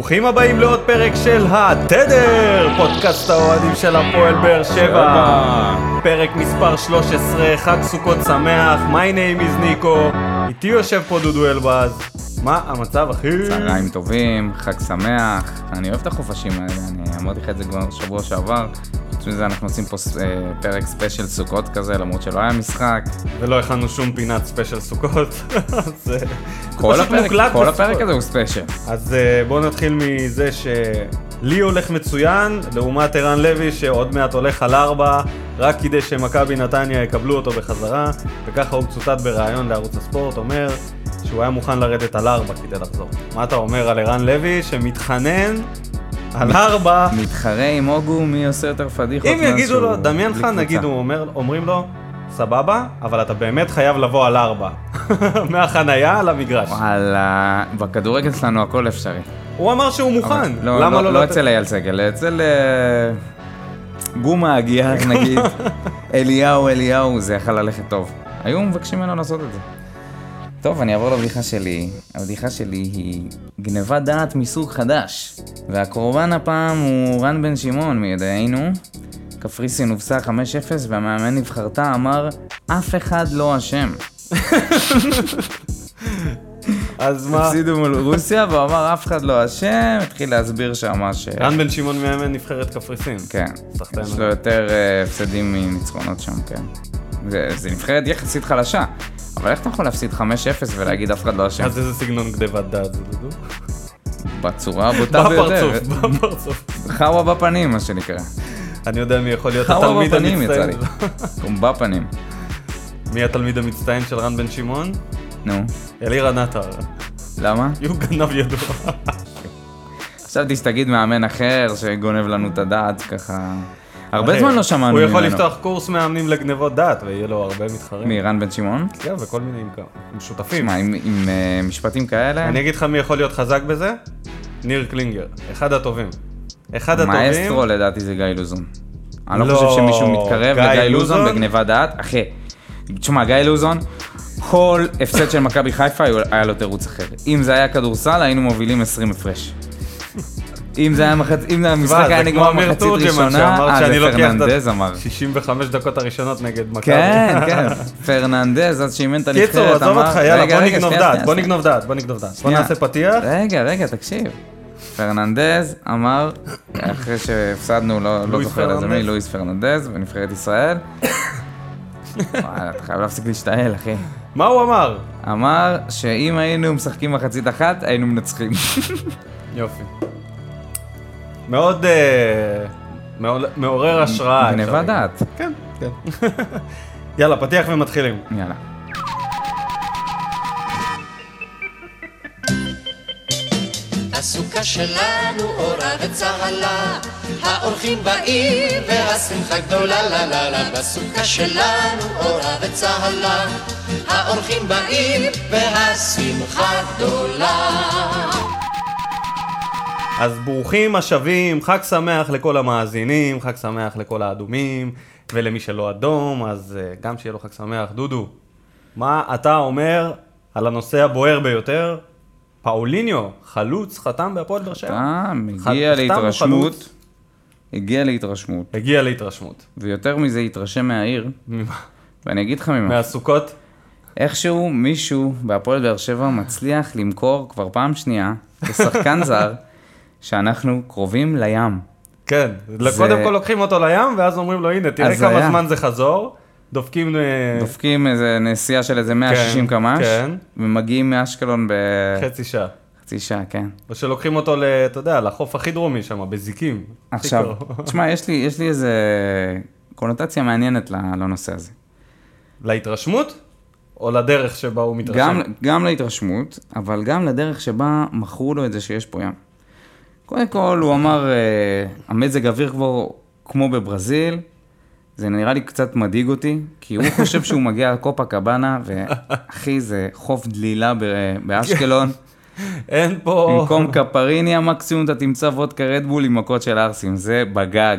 ברוכים הבאים לעוד פרק של התדר, פודקאסט האוהדים של הפועל באר שבע. פרק מספר 13, חג סוכות שמח. My name is ניקו, איתי יושב פה דודו אלבז. מה המצב אחי? צהריים טובים, חג שמח. אני אוהב את החופשים האלה, אני אמרתי לך את זה כבר שבוע שעבר. חוץ מזה אנחנו עושים פה פרק ספיישל סוכות כזה, למרות שלא היה משחק. ולא הכנו שום פינת ספיישל סוכות. כל הפרק הזה הוא ספיישל. אז בואו נתחיל מזה שלי הולך מצוין, לעומת ערן לוי שעוד מעט הולך על 4, רק כדי שמכבי נתניה יקבלו אותו בחזרה, וככה הוא צוטט בראיון לערוץ הספורט, אומר שהוא היה מוכן לרדת על 4 כדי לחזור. מה אתה אומר על ערן לוי שמתחנן על 4? מתחרה עם אוגו, מי עושה יותר פדיחות? אם יגידו לו, דמיין לך, נגיד, אומרים לו, סבבה, אבל אתה באמת חייב לבוא על 4. מהחנייה למגרש. וואלה, בכדורגל שלנו הכל אפשרי. הוא אמר שהוא מוכן. למה לא אצל אייל סגל, אצל גומה הגיח נגיד, אליהו, זה יכול ללכת טוב. היו מבקשים ממנו לעשות את זה. טוב, אני אעבור לבדיחה שלי. הבדיחה שלי היא גנבת דעת מסוג חדש. והקורבן הפעם הוא רן בן שמעון מידענו. קפריסין הובסה 5-0 והמאמן נבחרתה אמר, אף אחד לא אשם. אז מה? הפסידו מול רוסיה והוא אמר, אף אחד לא אשם. התחיל להסביר שמה רן בן שמעון מאמן נבחרת קפריסין. כן. יש לו יותר הפסדים מניצחונות שם, כן. זה נבחרת יחסית חלשה. אבל איך אתה יכול להפסיד 5-0 ולהגיד אף אחד לא אשם? אז איזה סגנון גנבת דעת זה דודו? בצורה הבוטה ביותר. בפרצוף. חאווה בפנים, מה שנקרא. אני יודע מי יכול להיות התלמיד המצטיין. בפנים. מי התלמיד המצטיין של רן בן שמעון? נו. אלירן עטר. למה? הוא גנב ידוע. עכשיו תסתגיד מאמן אחר שגונב לנו את הדעת ככה. הרבה זמן לא שמענו ממנו. הוא יכול לפתוח קורס מאמנים לגנבות דעת ויהיה לו הרבה מתחרים. מי, רן בן שמעון? כן, וכל מיני משותפים. מה, עם משפטים כאלה? אני אגיד לך מי יכול להיות חזק בזה? ניר קלינגר. אחד הטובים. מאסטרו לדעתי זה גיא לוזון. אני לא חושב שמישהו מתקרב לגיא לוזון בגנבת דעת. אחי, תשמע, גיא לוזון, כל הפסד של מכבי חיפה היה לו תירוץ אחר. אם זה היה כדורסל, היינו מובילים 20 הפרש. אם זה היה המשחק היה נגמר מחצית ראשונה, זה פרננדז אמר. 65 דקות הראשונות נגד מכבי. כן. פרננדז, אז שאימן את הנבחרת אמר. קיצור, עזוב אותך, יאללה, בוא נגנוב דעת. בוא נעשה פתיח. רגע, תקשיב. פרננדז אמר, אחרי שהפסדנו, לא זוכר לזה מי, לואיס פרננדז, בנבחרת ישראל. וואלה, אתה חייב להפסיק להשתעל, אחי. מה הוא אמר? אמר שאם היינו משחקים מחצית אחת, היינו מנצחים. יופי. מאוד מעורר השראה. גנבת דעת. כן. יאללה, פתיח ומתחילים. יאללה. הסוכה שלנו אורה וצהלה, האורחים באים והשמחה גדולה לה לה לה. בסוכה שלנו אורה וצהלה, האורחים באים והשמחה גדולה. אז ברוכים השבים, חג שמח לכל המאזינים, חג שמח לכל האדומים, ולמי שלא אדום, אז גם שיהיה לו חג שמח. דודו, מה אתה אומר על הנושא הבוער ביותר? פאוליניו, חלוץ, חתם בהפועל באר שבע. הגיע להתרשמות. ויותר מזה התרשם מהעיר. ואני אגיד לך ממה. מהסוכות? איכשהו מישהו בהפועל באר שבע מצליח למכור כבר פעם שנייה, כשחקן זר, שאנחנו קרובים לים. כן, קודם כל לוקחים אותו לים, ואז אומרים לו, הנה, תראה כמה זמן זה חזור. דופקים איזה נסיעה של איזה 160 קמ"ש, ומגיעים מאשקלון חצי שעה, כן. או שלוקחים אותו, אתה יודע, לחוף הכי דרומי שם, בזיקים. עכשיו, תשמע, יש לי איזה קונוטציה מעניינת לנושא הזה. להתרשמות? או לדרך שבה הוא מתרשם? גם להתרשמות, אבל גם לדרך שבה מכרו לו את זה שיש פה ים. קודם כל, הוא אמר, המזג אוויר כבר כמו בברזיל, זה נראה לי קצת מדאיג אותי, כי הוא חושב שהוא מגיע לקופה קבאנה, ואחי, זה חוף דלילה באשקלון. אין פה... במקום קפריני המקסימום, אתה תמצא וודקה רדבול עם מכות של ארסים, זה בגג.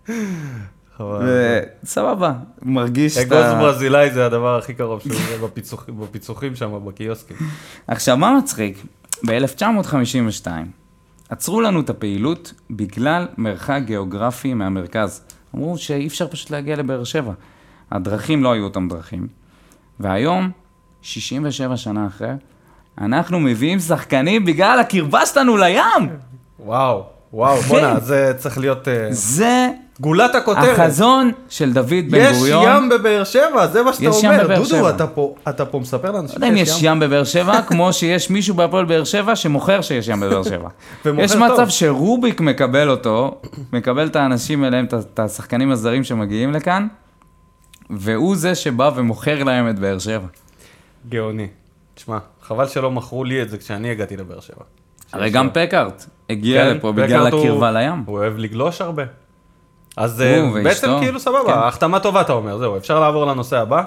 וסבבה, מרגיש אגוז ברזילאי זה הדבר הכי קרוב שהוא בפיצוחים שם, בקיוסקים. עכשיו, מה מצחיק? ב-1952, עצרו לנו את הפעילות בגלל מרחק גיאוגרפי מהמרכז. אמרו שאי אפשר פשוט להגיע לבאר שבע. הדרכים לא היו אותם דרכים. והיום, 67 שנה אחרי, אנחנו מביאים שחקנים בגלל הקרבה שלנו לים. וואו, בונה, זה צריך להיות... זה גולת הכותרת. החזון של דוד בן גוריון. יש ים בבאר שבע, זה מה שאתה יש ים אומר. בבאר דודו, שבע. אתה פה מספר לאנשים לא יודע אם יש ים בבאר שבע, כמו שיש מישהו בהפועל באר שבע שמוכר שיש ים בבאר שבע. ומוכר יש טוב. מצב שרוביק מקבל אותו, מקבל את האנשים אליהם, את השחקנים הזרים שמגיעים לכאן, והוא זה שבא ומוכר להם את באר שבע. גאוני. תשמע, חבל שלא מכרו לי את זה כשאני הגעתי לבאר שבע. הרי גם פקארט הגיע כן, לפה בגלל פקארט הקרבה לים. הוא אוהב לגלוש הרבה. אז הוא בעצם ואשתו. כאילו סבבה, החתמה טובה אתה אומר, זהו, אפשר לעבור לנושא הבא.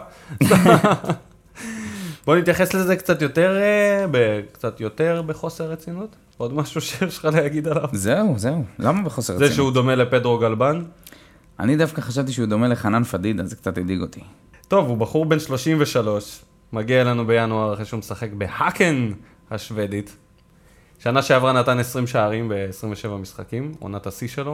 בוא נתייחס לזה קצת יותר בחוסר רצינות. עוד משהו שיש לך להגיד עליו. זהו. למה בחוסר זה רצינות? שהוא דומה לפדרו גלבן. אני דווקא חשבתי שהוא דומה לחנן פדידה, זה קצת הדאיג אותי. טוב, הוא בחור בן 33, מגיע אלינו בינואר אחרי שהוא משחק בהאקן השוודית. שנה שעברה נתן 20 שערים ב-27 משחקים, עונת השיא שלו.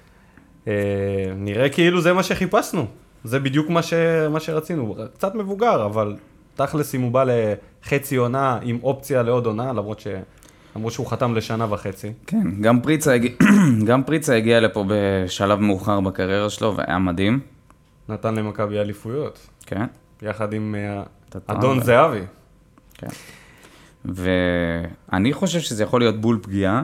נראה כאילו זה מה שחיפשנו. זה בדיוק מה שרצינו. קצת מבוגר, אבל תכלס אם הוא בא לחצי עונה עם אופציה לעוד עונה, למרות שאמרו שהוא חתם לשנה וחצי. כן, גם פריצה הגיע לפה בשלב מאוחר בקריירה שלו, והיה מדהים. נתן למכבי אליפויות, כן. יחד עם תתן אדון זהבי. כן. ואני חושב שזה יכול להיות בול פגיעה.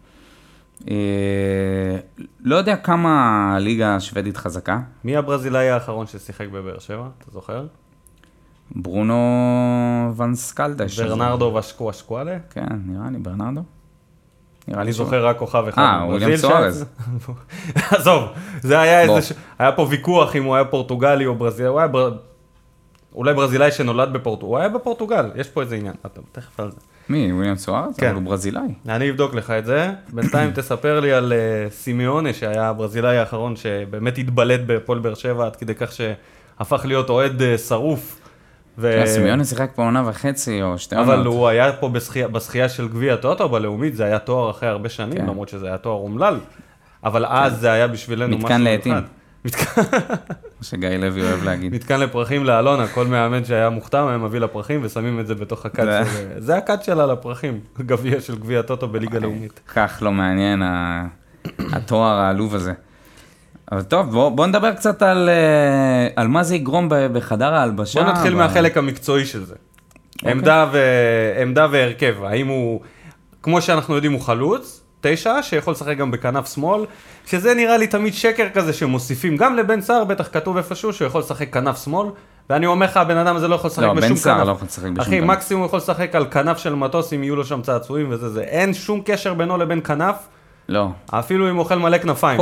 לא יודע כמה הליגה השוודית חזקה. מי הברזילאי האחרון ששיחק בבאר שבע? אתה זוכר? ברונו ונסקלדש. ברנרדו ושקואלה? כן, נראה לי ברנרדו. אני זוכר רק כוכב אחד. וויליאם סוארז. עזוב, זה היה פה ויכוח אם הוא היה פורטוגלי או ברזילאי, הוא היה אולי ברזילאי שנולד בפורטוגל, הוא היה בפורטוגל, יש פה איזה עניין, אתה תכף על זה. מי, וויליאם סוארז? כן. אבל הוא ברזילאי. אני אבדוק לך את זה, בינתיים תספר לי על סימיונה, שהיה הברזילאי האחרון שבאמת התבלט בפועל באר שבע, עד כדי כך שהפך להיות אוהד שרוף. סימיונה שיחק פה עונה וחצי או שתי עונות. אבל הוא היה פה בשחייה של גביע הטוטו בלאומית, זה היה תואר אחרי הרבה שנים, למרות שזה היה תואר אומלל, אבל אז זה היה בשבילנו משהו מתקן לעתים. מתקן. מה שגיא לוי אוהב להגיד. מתקן לפרחים לאלונה, כל מאמן שהיה מוכתם היה מביא לפרחים ושמים את זה בתוך הקד של... זה הקד שלה לפרחים, גביע של גביע הטוטו בליגה לאומית. כך לא מעניין התואר העלוב הזה. אבל טוב, בוא נדבר קצת על מה זה יגרום בחדר ההלבשה. בוא נתחיל מהחלק המקצועי של זה. עמדה והרכב, האם הוא, כמו שאנחנו יודעים, הוא חלוץ, 9, שיכול לשחק גם בכנף שמאל, שזה נראה לי תמיד שקר כזה שמוסיפים, גם לבן סער, בטח כתוב איפשהו, שהוא יכול לשחק כנף שמאל, ואני אומר לך, הבן אדם הזה לא יכול לשחק בשום כנף. לא, בן סער לא יכול לשחק בשום כנף. אחי, מקסימום יכול לשחק על כנף של מטוס, אם יהיו לו שם צעצועים וזה, אין שום קשר בינו לבין כנף. לא. אפילו אם אוכל מלא כנפיים.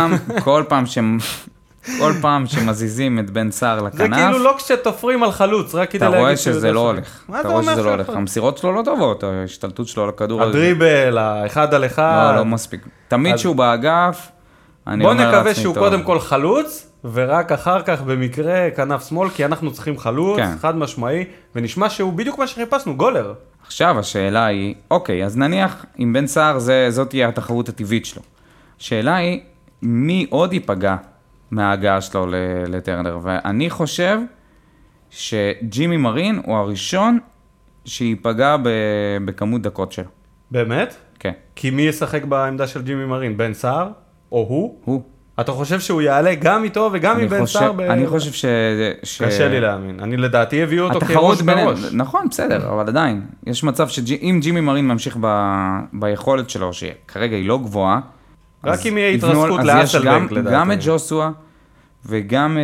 כל פעם שמזיזים את בן סער לכנף, זה כאילו לא כשתופרים על חלוץ, רק כדי אתה להגיד רואה שזה לא הולך. אתה רואה שזה לא הולך. המסירות שלו לא טובות, ההשתלטות שלו על הכדור. הדריבל, האחד על אחד. לא מספיק. תמיד שהוא באגף, אני בוא אומר לעצמי טוב. נקווה שהוא קודם כל חלוץ, ורק אחר כך במקרה כנף שמאל, כי אנחנו צריכים חלוץ, חד משמעי, ונשמע שהוא בדיוק מה שחיפשנו, גולר. עכשיו השאלה היא, אוקיי, אז נניח עם בן סער זאת תהיה התחרות הטבעית שלו. השאלה היא, מי עוד ייפגע מההגעה שלו לטרנר? ואני חושב שג'ימי מרין הוא הראשון שייפגע בכמות דקות שלו. באמת? כן. כי מי ישחק בעמדה של ג'ימי מרין? בן סער? או הוא? הוא. אתה חושב שהוא יעלה גם איתו וגם עם בן סער? אני חושב קשה לי להאמין. אני לדעתי הביאו אותו התחרות כראש בראש. נכון, בסדר, אבל עדיין. יש מצב שאם ג'ימי מרין ממשיך ביכולת שלו, שכרגע היא לא גבוהה, רק אם יהיה התרסקות לאסלבנק, לדעתי. גם את ג'וסואה וגם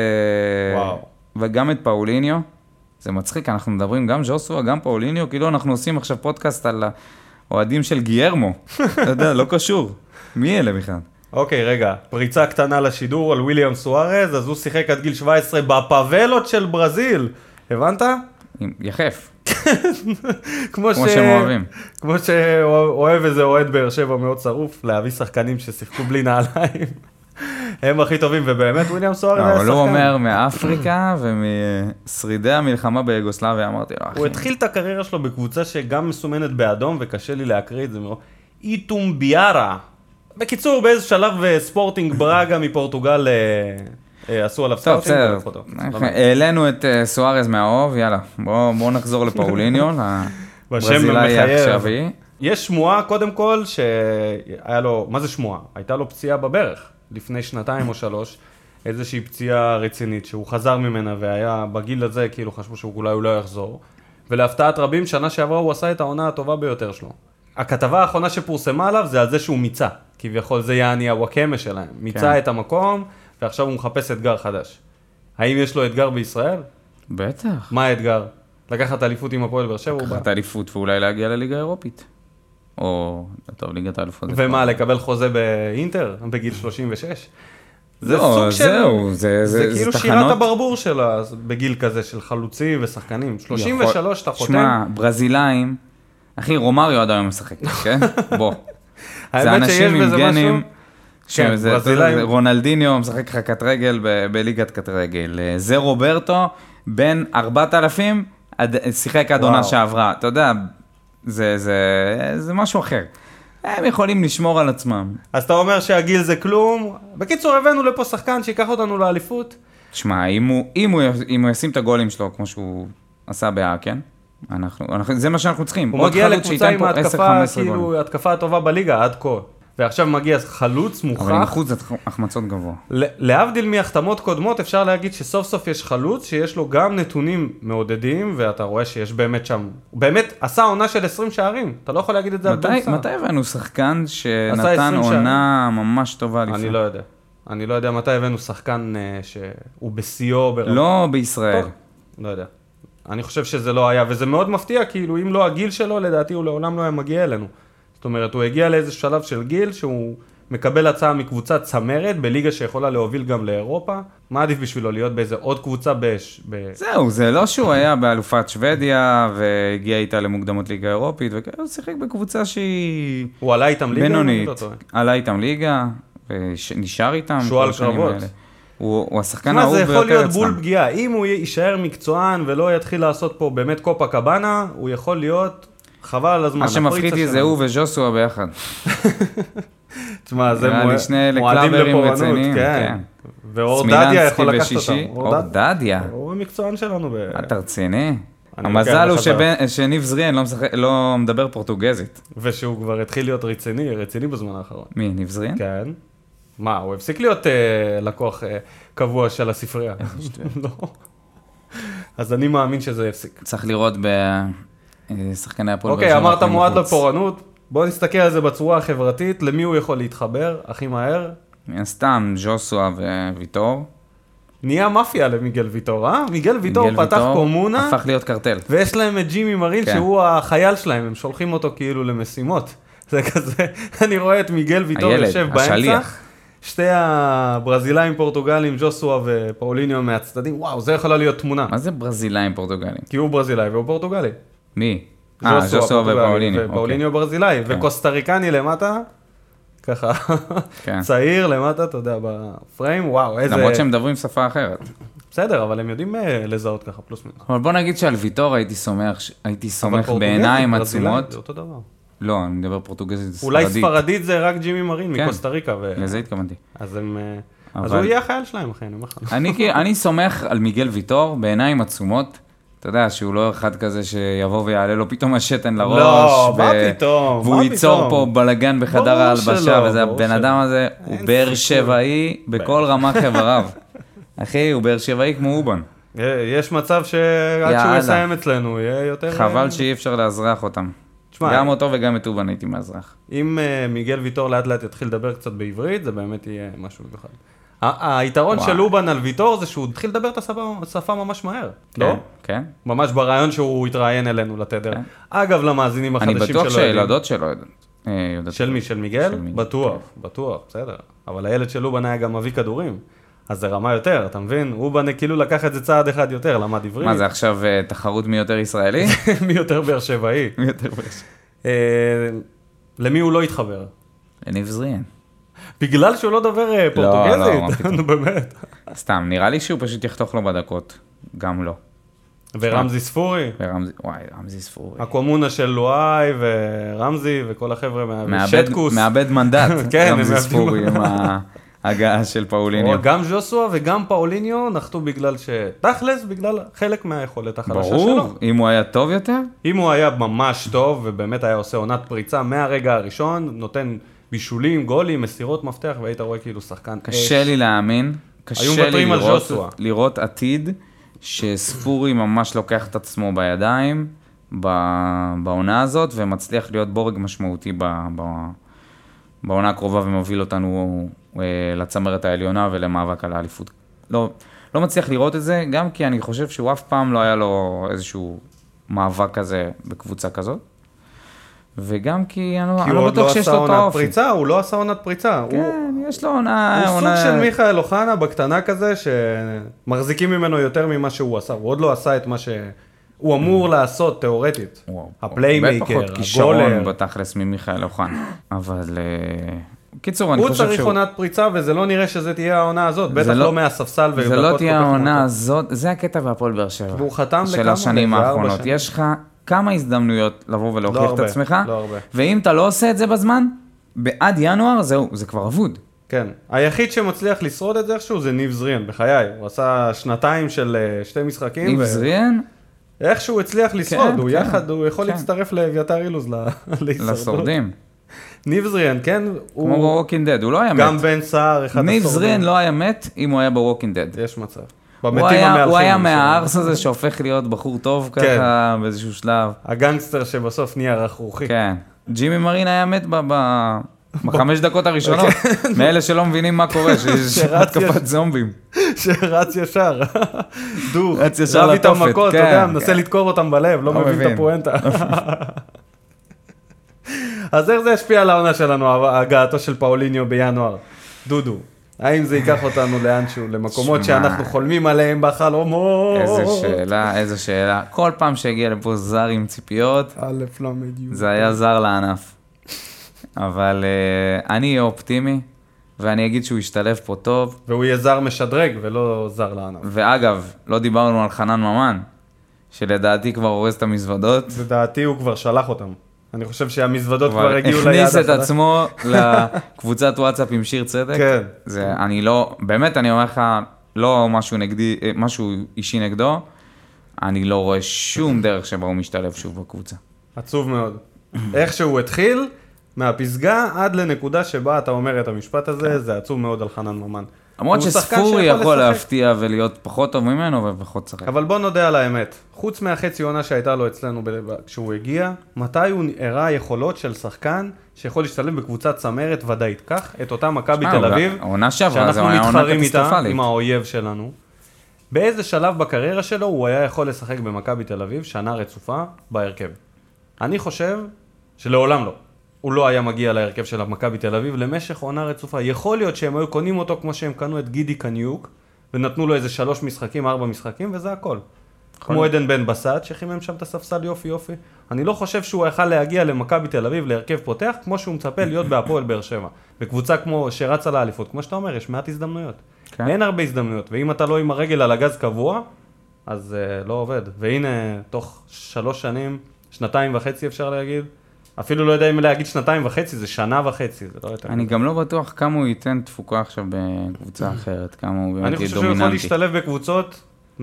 את פאוליניו. זה מצחיק, אנחנו מדברים גם ג'וסואה, גם פאוליניו, כאילו אנחנו עושים עכשיו פודקאסט על האוהדים של גיירמו. אתה יודע, לא קשור. מי אלה בכלל? אוקיי, רגע, פריצה קטנה לשידור על וויליאם סוארז, אז הוא שיחק עד גיל 17 בפאבלות של ברזיל. הבנת? יחף. כמו שהם אוהבים. כמו שאוהב איזה אוהד באר שבע מאוד שרוף, להביא שחקנים ששיחקו בלי נעליים. הם הכי טובים, ובאמת וויליאם סוארז היה שחקן. אבל הוא אומר מאפריקה ומשרידי המלחמה ביוגוסלביה, אמרתי לו, אחי. הוא התחיל את הקריירה שלו בקבוצה שגם מסומנת באדום, וקשה לי להקריא את זה. איטומביארה. בקיצור, באיזה שלב ספורטינג ברגה מפורטוגל עשו עליו טוב, סקאוטינג. בסדר. העלינו את סוארז מהאוב, יאללה. בואו נחזור לפאוליניו, לברזילאי העכשווי. יש שמועה, קודם כל, שהיה לו, מה זה שמועה? הייתה לו פציעה בברך, לפני 2 או 3, איזושהי פציעה רצינית, שהוא חזר ממנה, והיה בגיל הזה, כאילו חשבו שאולי הוא לא יחזור. ולהפתעת רבים, שנה שעברה הוא עשה את העונה הטובה ביותר שלו. הכתבה האחרונה שפורסמה עליו, זה על זה שהוא מיצה. כביכול זה יעני הוואקמה שלהם. מיצה את המקום, ועכשיו הוא מחפש אתגר חדש. האם יש לו אתגר בישראל? בטח. מה האתגר? לקחת אליפות עם הפועל באר שבע? לקחת אליפות ואולי להגיע לליגה האירופית. או, טוב, ליגת האליפות. ומה, לקבל חוזה באינטר בגיל 36? לא, זהו, זה כאילו שירת הברבור שלה בגיל כזה של חלוצים ושחקנים. 33 אתה חותם? שמע, ברזילאים, אחי, רומריו עד היום משחק, כן? בוא. זה אנשים עם גנים, רונלדיניו משחק לך קט רגל בליגת קט רגל. זה רוברטו, בין 4,000, שיחק עד עונה שעברה. אתה יודע, זה משהו אחר. הם יכולים לשמור על עצמם. אז אתה אומר שהגיל זה כלום. בקיצור, הבאנו לפה שחקן שיקח אותנו לאליפות. תשמע, אם הוא ישים את הגולים שלו, כמו שהוא עשה כן? זה מה שאנחנו צריכים. הוא מגיע לקבוצה עם ההתקפה, כאילו, ההתקפה הטובה בליגה עד כה. ועכשיו מגיע חלוץ מוכח. אבל עם אחוז החמצות גבוה. להבדיל מהחתמות קודמות, אפשר להגיד שסוף סוף יש חלוץ, שיש לו גם נתונים מעודדים, ואתה רואה שיש באמת שם, הוא באמת עשה עונה של 20 שערים. אתה לא יכול להגיד את זה על בן סער. מתי הבאנו שחקן שנתן עונה ממש טובה לפני? אני לא יודע. אני לא יודע מתי הבאנו שחקן שהוא בשיאו. לא בישראל. לא יודע. אני חושב שזה לא היה, וזה מאוד מפתיע, כאילו אם לא הגיל שלו, לדעתי הוא לעולם לא היה מגיע אלינו. זאת אומרת, הוא הגיע לאיזה שלב של גיל, שהוא מקבל הצעה מקבוצת צמרת, בליגה שיכולה להוביל גם לאירופה. מה עדיף בשבילו להיות באיזה עוד קבוצה זהו, זה לא שהוא היה באלופת שוודיה, והגיע איתה למוקדמות ליגה אירופית, והוא שיחק בקבוצה שהיא הוא עלה איתם ליגה? בינונית. עלה איתם ליגה, ונשאר איתם. שועל קרבות. הוא השחקן האהוב ביותר אצלם. זה יכול להיות בול פגיעה. אם הוא יישאר מקצוען ולא יתחיל לעשות פה באמת קופה קבנה, הוא יכול להיות חבל על הזמן. מה שמפחיד לי זה הוא וז'וסואה ביחד. תשמע, זה מועדים לפורענות, כן. ואור דדיה יכול לקחת אותם. אור דדיה? הוא המקצוען שלנו. אתה רציני? המזל הוא שניב זריאן לא מדבר פורטוגזית. ושהוא כבר התחיל להיות רציני בזמן האחרון. מי, ניב זריאן? כן. מה, הוא הפסיק להיות לקוח קבוע של הספרייה. לא. אז אני מאמין שזה הפסיק. צריך לראות בשחקני הפועל. אוקיי, אמרת מועד לפורענות. בוא נסתכל על זה בצורה החברתית. למי הוא יכול להתחבר הכי מהר? מן הסתם, ז'וסואה וויטור. נהיה מאפיה למיגל ויטור, אה? מיגל ויטור פתח קומונה. הפך להיות קרטל. ויש להם את ג'ימי מרין, שהוא החייל שלהם. הם שולחים אותו כאילו למשימות. זה כזה, אני רואה את מיגל ויטור יושב באמצע. השליח. שתי הברזילאים פורטוגלים, ז'וסואה ופאוליניו מהצדדים, וואו, זה יכולה להיות תמונה. מה זה ברזילאים פורטוגלים? כי הוא ברזילאי והוא פורטוגלי. מי? ז'וסואה ופאוליניו. ופאוליניו ברזילאי, וקוסטריקני למטה, ככה, צעיר למטה, אתה יודע, בפריים, וואו, איזה... למרות שהם מדברים שפה אחרת. בסדר, אבל הם יודעים לזהות ככה, פלוס מינוס. אבל בוא נגיד שעל ויטור הייתי סומך בעיניים עצומות. זה אותו דבר. לא, אני מדבר פורטוגזית ספרדית. אולי ספרדית זה רק ג'ימי מרין מקוסטה ריקה. לזה התכוונתי. אז הוא יהיה החייל שלהם, אחי, אני אומר לך. אני סומך על מיגל ויטור בעיניים עצומות. אתה יודע שהוא לא אחד כזה שיבוא ויעלה לו פתאום השתן לראש. לא, מה פתאום? והוא ייצור פה בלגן בחדר ההלבשה, וזה הבן אדם הזה, הוא באר שבעי בכל רמה חבריו. אחי, הוא באר שבעי כמו אובן. יש מצב שעד שהוא יסיים אצלנו, יהיה יותר... חבל שאי אפשר להזרח אותם. גם אותו וגם את אובן הייתי מאזרח. אם מיגל ויטור לאט לאט יתחיל לדבר קצת בעברית, זה באמת יהיה משהו מיוחד. היתרון של אובן על ויטור זה שהוא התחיל לדבר את השפה ממש מהר, לא? כן. ממש ברעיון שהוא התראיין אלינו לתדר. אגב, למאזינים החדשים שלו. אני בטוח שהילדות שלו יודעות. של מי? של מיגל? בטוח, בסדר. אבל הילד של אובן היה גם מביא כדורים. אז זה רמה יותר, אתה מבין? אובן כאילו לקח את זה צעד אחד יותר, למד עברית. מה זה עכשיו תחרות מי יותר ישראלי? מי יותר באר שבעי. מי יותר באר שבעי. למי הוא לא התחבר? לניב זריאן. בגלל שהוא לא דובר פורטוגזית? לא, באמת. סתם, נראה לי שהוא פשוט יחתוך לו בדקות. גם לא. ורמזי ספורי. וואי, רמזי ספורי. הקומונה של לואי ורמזי וכל החבר'ה מהשטקוס. מאבד מנדט, כן, רמזי ספורי עם ההגעה של פאוליניו. גם ז'וסווה וגם פאוליניו נחתו בגלל תכלס, בגלל חלק מהיכולת החלשה שלו. ברור, אם הוא היה טוב יותר. אם הוא היה ממש טוב, ובאמת היה עושה עונת פריצה מהרגע הראשון, נותן בישולים, גולים, מסירות מפתח, והיית רואה כאילו שחקן אש. קשה לי להאמין, קשה לי לראות עתיד, שספורי ממש לוקח את עצמו בידיים, בעונה הזאת, ומצליח להיות בורג משמעותי בעונה הקרובה, ומוביל אותנו לצמרת העליונה ולמאבק על האליפות. לא מצליח לראות את זה, גם כי אני חושב שהוא אף פעם לא היה לו איזשהו מאבק כזה בקבוצה כזאת. וגם כי אני לא בטוח שיש לו את האופי. הוא לא עשה עונת פריצה. כן, יש לו עונה... הוא סוג של מיכאל אוחנה בקטנה כזה, שמחזיקים ממנו יותר ממה שהוא עשה. הוא עוד לא עשה את מה שהוא אמור לעשות תיאורטית. הפליימייקר, הגולר. פחות כישרון בתכלס ממיכאל אוחנה. אבל... קיצור, אני חושב שהוא... הוא צריך עונת פריצה, וזה לא נראה שזה תהיה העונה הזאת. בטח לא מהספסל ודקות. זה לא תהיה העונה הזאת. זה הקטע בהפועל באר שבע. והוא חתם לכמה? של השנים האחרונות. יש לך כמה הזדמנויות לבוא ולהוכיח את עצמך, ואם אתה לא עושה את זה בזמן, בעד ינואר, זהו, זה כבר אבוד. כן. היחיד שמצליח לשרוד את זה איכשהו זה ניב זריאן, בחיי. הוא עשה 2 של 2 משחקים. ניב זריאן? איכשהו הצליח לשרוד, הוא יכול להצטרף לאביתר אילוז לשורדים. ניב זריאן, כן? כמו בווקינג דד, הוא לא היה מת. גם בן סער, אחד ניב זריאן לא היה מת אם הוא היה בווקינג דד. יש מצב. הוא היה מהארס הזה שהופך להיות בחור טוב ככה באיזשהו שלב. הגנגסטר שבסוף נהיה רכרוכי. כן. ג'ימי מרין היה מת ב5 דקות הראשונות. מאלה שלא מבינים מה קורה, שיש התקפת זומבים. שרץ ישר. דוך. רץ ישר לתופת. איתם מכות, אתה יודע, מנסה לדקור אותם בלב, לא מבין את הפואנטה. אז איך זה השפיע על העונה שלנו, הגעתו של פאוליניו בינואר? דודו. האם זה ייקח אותנו לאנשהו, למקומות שאנחנו חולמים עליהם בחלומות? איזה שאלה. כל פעם שהגיע לפה זר עם ציפיות, זה היה זר לענף. אבל אני אהיה אופטימי, ואני אגיד שהוא ישתלב פה טוב. והוא יהיה זר משדרג ולא זר לענף. ואגב, לא דיברנו על חנן ממן, שלדעתי כבר הורס את המזוודות. לדעתי הוא כבר שלח אותם. אני חושב שהמזוודות כבר הגיעו ליד. הכניס את עצמו לקבוצת וואטסאפ עם שיר צדק. כן. אני לא, באמת אני אומר לך, לא משהו נגדי, משהו אישי נגדו, אני לא רואה שום דרך שבה הוא משתלב שוב בקבוצה. עצוב מאוד. איך שהוא התחיל, מהפסגה עד לנקודה שבה אתה אומר את המשפט הזה, זה עצוב מאוד על חנן ממן. למרות שספורי יכול להפתיע ולהיות פחות טוב ממנו ופחות שחק. אבל בוא נודה על האמת. חוץ מהחצי עונה שהייתה לו אצלנו כשהוא הגיע, מתי הוא הראה יכולות של שחקן שיכול להשתלב בקבוצת צמרת ודאית? כך את אותה מכבי תל אביב, שאנחנו מתחרים איתה עם האויב שלנו. באיזה שלב בקריירה שלו הוא היה יכול לשחק במכבי תל אביב שנה רצופה בהרכב? אני חושב שלעולם לא. הוא לא היה מגיע להרכב של מכבי תל אביב למשך עונה רצופה. יכול להיות שהם היו קונים אותו כמו שהם קנו את גידי קניוק, ונתנו לו איזה 3 משחקים, 4 משחקים, וזה הכל. כמו עדן בן בסט, שחימם שם את הספסל יופי. אני לא חושב שהוא יכל להגיע למכבי תל אביב להרכב פותח, כמו שהוא מצפה להיות בהפועל באר שבע. בקבוצה כמו שרצה לאליפות, כמו שאתה אומר, יש מעט הזדמנויות. אין הרבה הזדמנויות, ואם אתה לא עם הרגל על הגז קבוע, אז לא עובד. והנה, תוך 3 שנים, 2.5 אפשר להגיד, אפילו לא יודע אם להגיד 2.5, זה 1.5 שנה, זה לא יותר. אני גם לא בטוח כמה הוא ייתן תפוקה עכשיו בקבוצה אחרת, כמה הוא באמת יהיה דומיננטי. אני חושב שהוא יכול להשתלב בקבוצות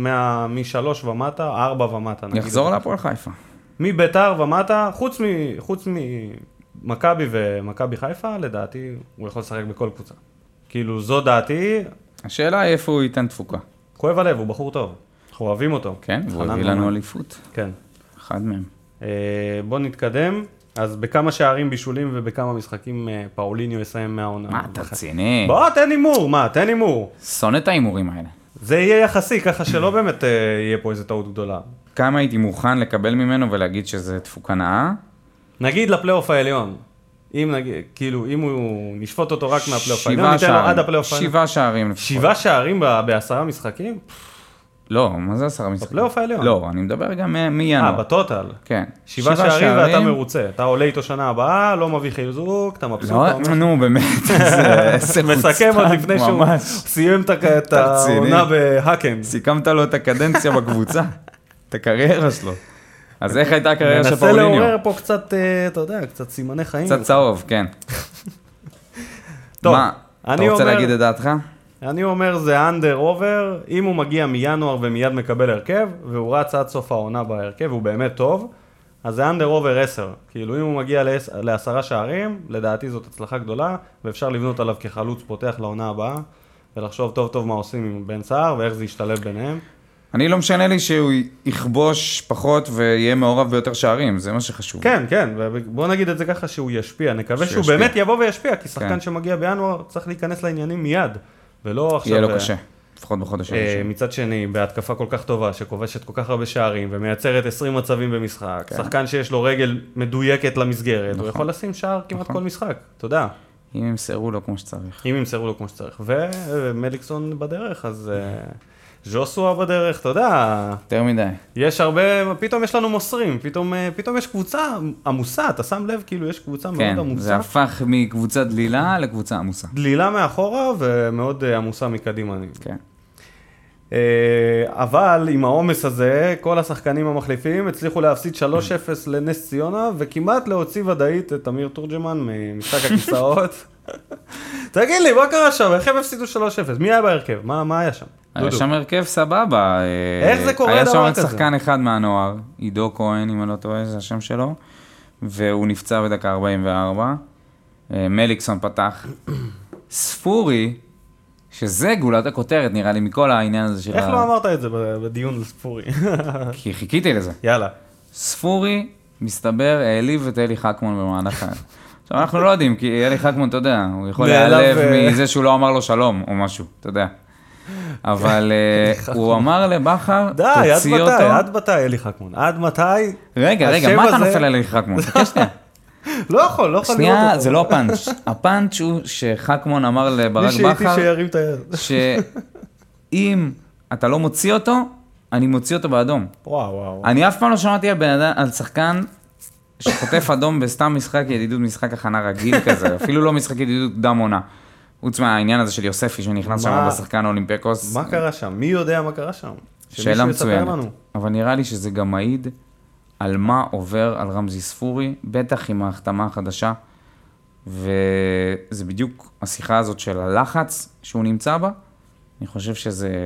מ3 ומטה, 4 ומטה. יחזור להפועל חיפה. מביתר ומטה, חוץ ממכבי ומכבי חיפה, לדעתי הוא יכול לשחק בכל קבוצה. כאילו זו דעתי. השאלה היא איפה הוא ייתן תפוקה. כואב הלב, הוא בחור טוב. אנחנו אוהבים אותו. כן, והוא הביא לנו אליפות. כן. אחד מהם. בוא נתקדם. אז בכמה שערים בישולים ובכמה משחקים פאוליניו יסיים מהעונה. מה, אתה רציני? בוא, תן הימור. שונא את ההימורים האלה. זה יהיה יחסי, ככה שלא באמת יהיה פה איזו טעות גדולה. כמה הייתי מוכן לקבל ממנו ולהגיד שזה תפוקה נאה? נגיד לפלייאוף העליון. אם הוא נשפוט אותו רק מהפלייאוף העליון, ניתן לו עד הפלייאוף העליון. 7 שערים. 7 שערים ב10 משחקים? לא, מה זה 10 משחקים? בפלייאוף העליון. לא, אני מדבר גם מינואר. בטוטל. כן. 7 שערים ואתה מרוצה. אתה עולה איתו שנה הבאה, לא מביא חיזוק, אתה מבסוט. לא, נו, באמת. מסכם עוד לפני שהוא סיים את העונה בהקן. סיכמת לו את הקדנציה בקבוצה. את הקריירה שלו. אז איך הייתה הקריירה של מנסה פאוליניו? לעורר פה קצת, אתה יודע, קצת סימני חיים. קצת צהוב, כן. טוב, מה, אתה אני רוצה אומר- להגיד את דעתך? אני אומר זה אנדר אובר, אם הוא מגיע מינואר ומיד מקבל הרכב, והוא רץ עד סוף העונה בהרכב, הוא באמת טוב, אז זה אנדר אובר 10. כאילו אם הוא מגיע ל10 שערים, לדעתי זאת הצלחה גדולה, ואפשר לבנות עליו כחלוץ פותח לעונה הבאה, ולחשוב טוב טוב מה עושים עם בן סער, ואיך זה ישתלב ביניהם. אני לא משנה לי שהוא יכבוש פחות ויהיה מעורב ביותר שערים, זה מה שחשוב. כן, כן, ובוא נגיד את זה ככה שהוא ישפיע, נקווה שהוא שישפיע. באמת יבוא וישפיע, כי שחקן כן. שמגיע בינואר צריך להיכנס לעניינים מיד, ולא עכשיו... יהיה לו קשה, לפחות בחודש הראשון. מצד שני, בהתקפה כל כך טובה, שכובשת כל כך הרבה שערים, ומייצרת 20 מצבים במשחק, שחקן שיש לו רגל מדויקת למסגרת, הוא יכול לשים שער כמעט כל משחק, תודה. אם ימסרו לו כמו שצריך. אם ימסרו לו כמו שצריך. ומליקסון בדרך, אז ז'וסואה בדרך, אתה יודע, יותר מדי. יש הרבה, פתאום יש לנו מוסרים, פתאום יש קבוצה עמוסה, אתה שם לב, כאילו יש קבוצה מאוד כן, עמוסה. זה הפך מקבוצה דלילה לקבוצה עמוסה. דלילה מאחורה ומאוד עמוסה מקדימה. כן. אבל עם העומס הזה, כל השחקנים המחליפים הצליחו להפסיד 3-0 לנס ציונה, וכמעט להוציא ודאית את אמיר תורג'מן ממשחק הכיסאות. תגיד לי, מה קרה שם? איך הם הפסידו 3-0? מי היה בהרכב? מה היה שם? היה דודו. שם הרכב סבבה. איך זה קורה היה דבר שם כזה? שחקן אחד מהנוער, עידו כהן, אם אני לא טועה, זה השם שלו, והוא נפצע בדקה 44. מליקסון פתח. ספורי, שזה גולת הכותרת, נראה לי, מכל העניין הזה של איך לא אמרת את זה בדיון על ספורי? כי חיכיתי לזה. יאללה. ספורי, מסתבר, העליב את אלי חכמון במהלך היום. עכשיו, אנחנו לא יודעים, כי אלי חכמון, אתה יודע, הוא יכול להיעלב מזה שהוא לא אמר לו שלום, או משהו, אתה יודע. אבל הוא אמר לבחר, די, תוציא אותו. עד מתי, אלי חכמון? עד מתי? רגע, השם מה אתה הזה- נופל על אלי חכמון? חכה שנייה. לא יכול לראות שנייה, אותו. זה לא הפאנץ'. הפאנץ' הוא שחכמון אמר לברק מי שהייתי בכר, שירים את היד. שאם אתה לא מוציא אותו, אני מוציא אותו באדום. וואו. אני אף פעם לא שמעתי על בן אדם, על שחקן שחוטף אדום בסתם משחק ידידות, משחק הכנה רגיל כזה, אפילו לא משחק ידידות קדם עונה. חוץ מהעניין הזה של יוספי שנכנס שם מה? בשחקן האולימפקוס. מה קרה שם? מי יודע מה קרה שם? שאלה שמישהו יספר מצוינת. לנו. אבל נראה לי שזה גם מעיד על מה עובר על רמזי ספורי, בטח עם ההחתמה החדשה. וזה בדיוק השיחה הזאת של הלחץ שהוא נמצא בה. אני חושב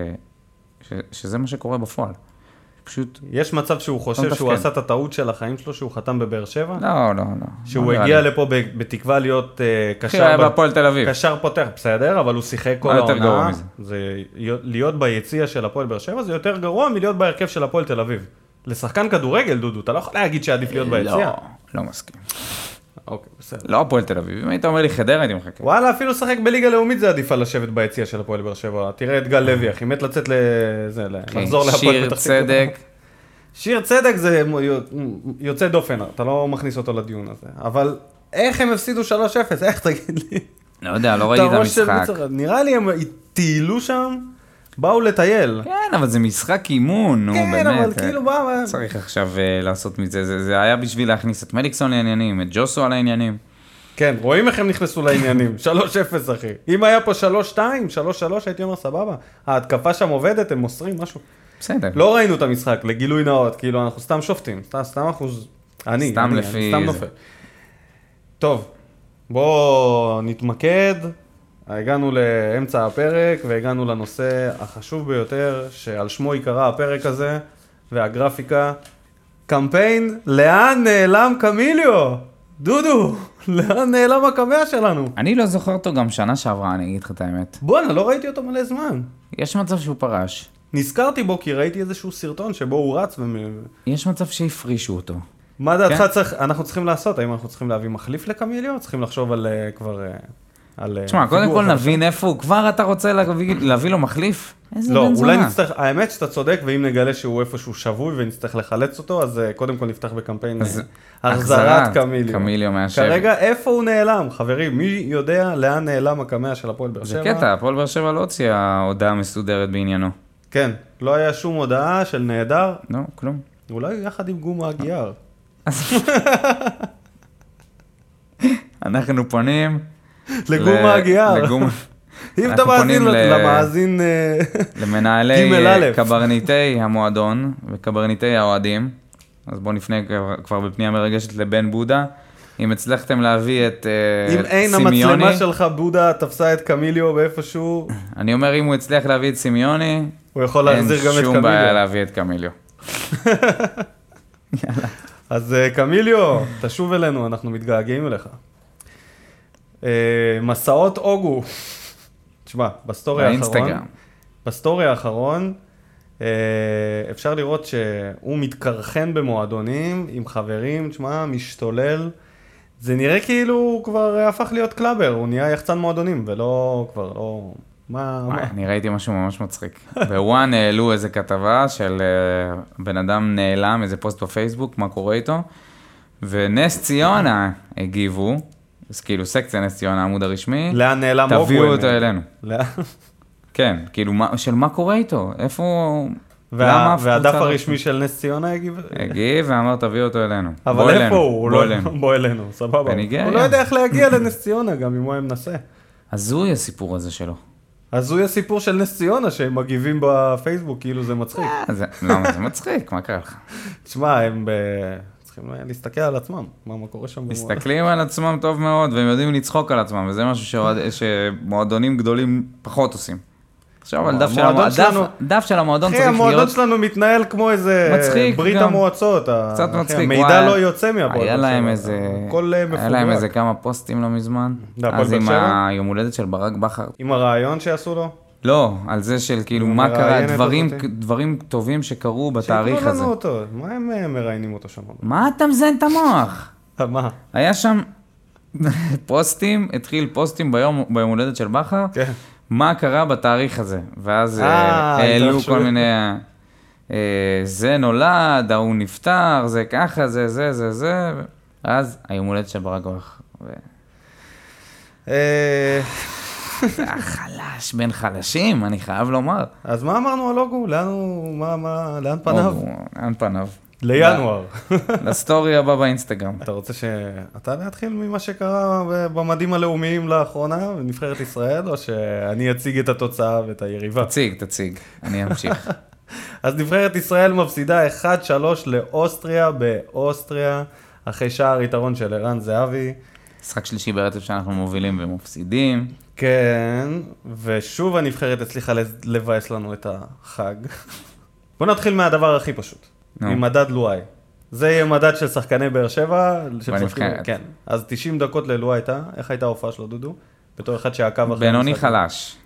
שזה מה שקורה בפועל. פשוט, יש מצב שהוא חושב מתפקד. שהוא עשה את הטעות של החיים שלו, שהוא חתם בבאר שבע? לא. שהוא לא נראה הגיע לי. לפה בתקווה להיות אחי, היה בהפועל תל אביב. קשר פותח, בסדר, אבל הוא שיחק כל מה יותר העונה. גרוע מזה? זה להיות ביציע של הפועל באר שבע, זה יותר גרוע מלהיות בהרכב של הפועל תל אביב. לשחקן כדורגל, דודו, אתה לא יכול להגיד שעדיף להיות ביציע. לא מסכים. אוקיי, בסדר. לא הפועל תל אביב. אם היית אומר לי חדרה, הייתי מחכה. וואלה, אפילו לשחק בליגה לאומית זה עדיף על לשבת ביציע של הפועל באר שבע. תראה את גל לוי, אחי, מת לצאת לחזור להפועל שיר פתח תקווה. צדק. שיר צדק זה יוצא דופן, אתה לא מכניס אותו לדיון הזה. אבל איך הם הפסידו 3-0? איך תגיד לי? לא יודע, לא ראיתי את הראש של המשחק. מצר- נראה לי הם טיילו שם, באו לטייל. כן, אבל זה משחק אימון, נו, באמת. כן, אבל כאילו מה... צריך עכשיו לעשות מזה, זה היה בשביל להכניס את מליקסון לעניינים, את ג'וסו על העניינים. כן, רואים איך הם נכנסו לעניינים. 3-0, אחי. אם היה פה 3-2, 3-3, הייתי אומר סבבה. ההתקפה שם עובדת, הם מוסרים משהו. בסדר. לא ראינו את המשחק, לגילוי נאות, כאילו אנחנו סתם שופטים, סתם אחוז, אני לפי סתם זה. נופל. טוב, בואו נתמקד, הגענו לאמצע הפרק והגענו לנושא החשוב ביותר, שעל שמו יקרא הפרק הזה, והגרפיקה, קמפיין, לאן נעלם קמיליו? דודו, לאן נעלם הקמע שלנו? אני לא זוכר אותו גם שנה שעברה, אני אגיד לך את האמת. בואנה, לא ראיתי אותו מלא זמן. יש מצב שהוא פרש. נזכרתי בו כי ראיתי איזשהו סרטון שבו הוא רץ יש מצב שהפרישו אותו. מה דעתך כן. אנחנו צריכים לעשות? האם אנחנו צריכים להביא מחליף לקמיליו? צריכים לחשוב על כבר... על תשמע, קודם פיגור כל חדש? נבין איפה הוא, כבר אתה רוצה להביא לו מחליף? איזה לא, בן אולי זונה. נצטרך, האמת שאתה צודק, ואם נגלה שהוא איפשהו שבוי ונצטרך לחלץ אותו, אז קודם כל נפתח בקמפיין אז החזרת קמיליו. קמיליו מהשבי. כרגע איפה הוא נעלם? חברים, מי יודע לאן נעלם הקמע של הפועל באר זה שבע? קטע, הפועל באר שבע לא הוציאה הודעה מסודרת בעניינו. כן, לא היה שום הודעה של נהדר, לא, כלום. אולי יחד עם גומה הגיאר. אנחנו פונים לגומה הגיאר. אם אתה מאזין למאזין למנהלי קברניטי המועדון וקברניטי האוהדים, אז בואו נפנה כבר בפנייה מרגשת לבן בודה. אם הצלחתם להביא את אם אין סימיוני, המצלמה שלך בודה תפסה את קמיליו באיפשהו, אני אומר אם הוא הצליח להביא את סימיוני, הוא יכול להחזיר גם את אין שום קמיליו. בעיה להביא את קמיליו. אז קמיליו, תשוב אלינו, אנחנו מתגעגעים אליך. מסעות אוגו. תשמע, בסטורי האחרון, אפשר לראות שהוא מתקרחן במועדונים עם חברים, תשמע, משתולל. זה נראה כאילו הוא כבר הפך להיות קלאבר, הוא נהיה יחצן מועדונים, ולא, כבר לא... מה? אני ראיתי משהו ממש מצחיק. בוואן העלו איזה כתבה של בן אדם נעלם, איזה פוסט בפייסבוק, מה קורה איתו, ונס ציונה הגיבו, אז כאילו סקציה נס ציונה, העמוד הרשמי, לאן נעלם אוגו? תביאו אותו אלינו. לאן? כן, כאילו, של מה קורה איתו? איפה... והדף הרשמי של נס ציונה הגיב? הגיב ואמר תביאו אותו אלינו. אבל איפה הוא? בוא אלינו, סבבה. הוא לא יודע איך להגיע לנס ציונה גם אם הוא היה מנסה. הזוי הסיפור הזה שלו. הזוי הסיפור של נס ציונה שהם מגיבים בפייסבוק, כאילו זה מצחיק. למה זה מצחיק? מה קרה לך? תשמע, הם צריכים להסתכל על עצמם, מה קורה שם. מסתכלים על עצמם טוב מאוד והם יודעים לצחוק על עצמם, וזה משהו שמועדונים גדולים פחות עושים. עכשיו, על דף של המועדון צריך להיות... אחי, המועדון שלנו מתנהל כמו איזה ברית המועצות. קצת מצחיק. המידע לא יוצא מהפועל. היה להם איזה כמה פוסטים לא מזמן. אז עם היום הולדת של ברק בכר. עם הרעיון שעשו לו? לא, על זה של כאילו מה קרה, דברים טובים שקרו בתאריך הזה. שיקרו לנו אותו, מה הם מראיינים אותו שם? מה אתה מזיין את המוח? מה? היה שם פוסטים, התחיל פוסטים ביום הולדת של בכר. כן. מה קרה בתאריך הזה, ואז העלו כל מיני, זה נולד, הוא נפטר, זה ככה, זה, אז היום הולדת של ברק בכר. זה החלש בין חלשים, אני חייב לומר. אז מה אמרנו על אוגו? לאן פניו? לאן פניו? לינואר. לסטורי הבא באינסטגרם. אתה רוצה שאתה להתחיל ממה שקרה במדים הלאומיים לאחרונה, בנבחרת ישראל, או שאני אציג את התוצאה ואת היריבה? תציג, אני אמשיך. אז נבחרת ישראל מפסידה 1-3 לאוסטריה באוסטריה, אחרי שער יתרון של ערן זהבי. משחק שלישי ברצף שאנחנו מובילים ומפסידים. כן, ושוב הנבחרת הצליחה לבאס לנו את החג. בוא נתחיל מהדבר הכי פשוט. ממדד לואי. זה יהיה מדד של שחקני באר שבע. בנבחרת. כן. אז 90 דקות ללואי הייתה. איך הייתה ההופעה שלו, דודו? בתור אחד שעקב אחרי... בינוני חלש.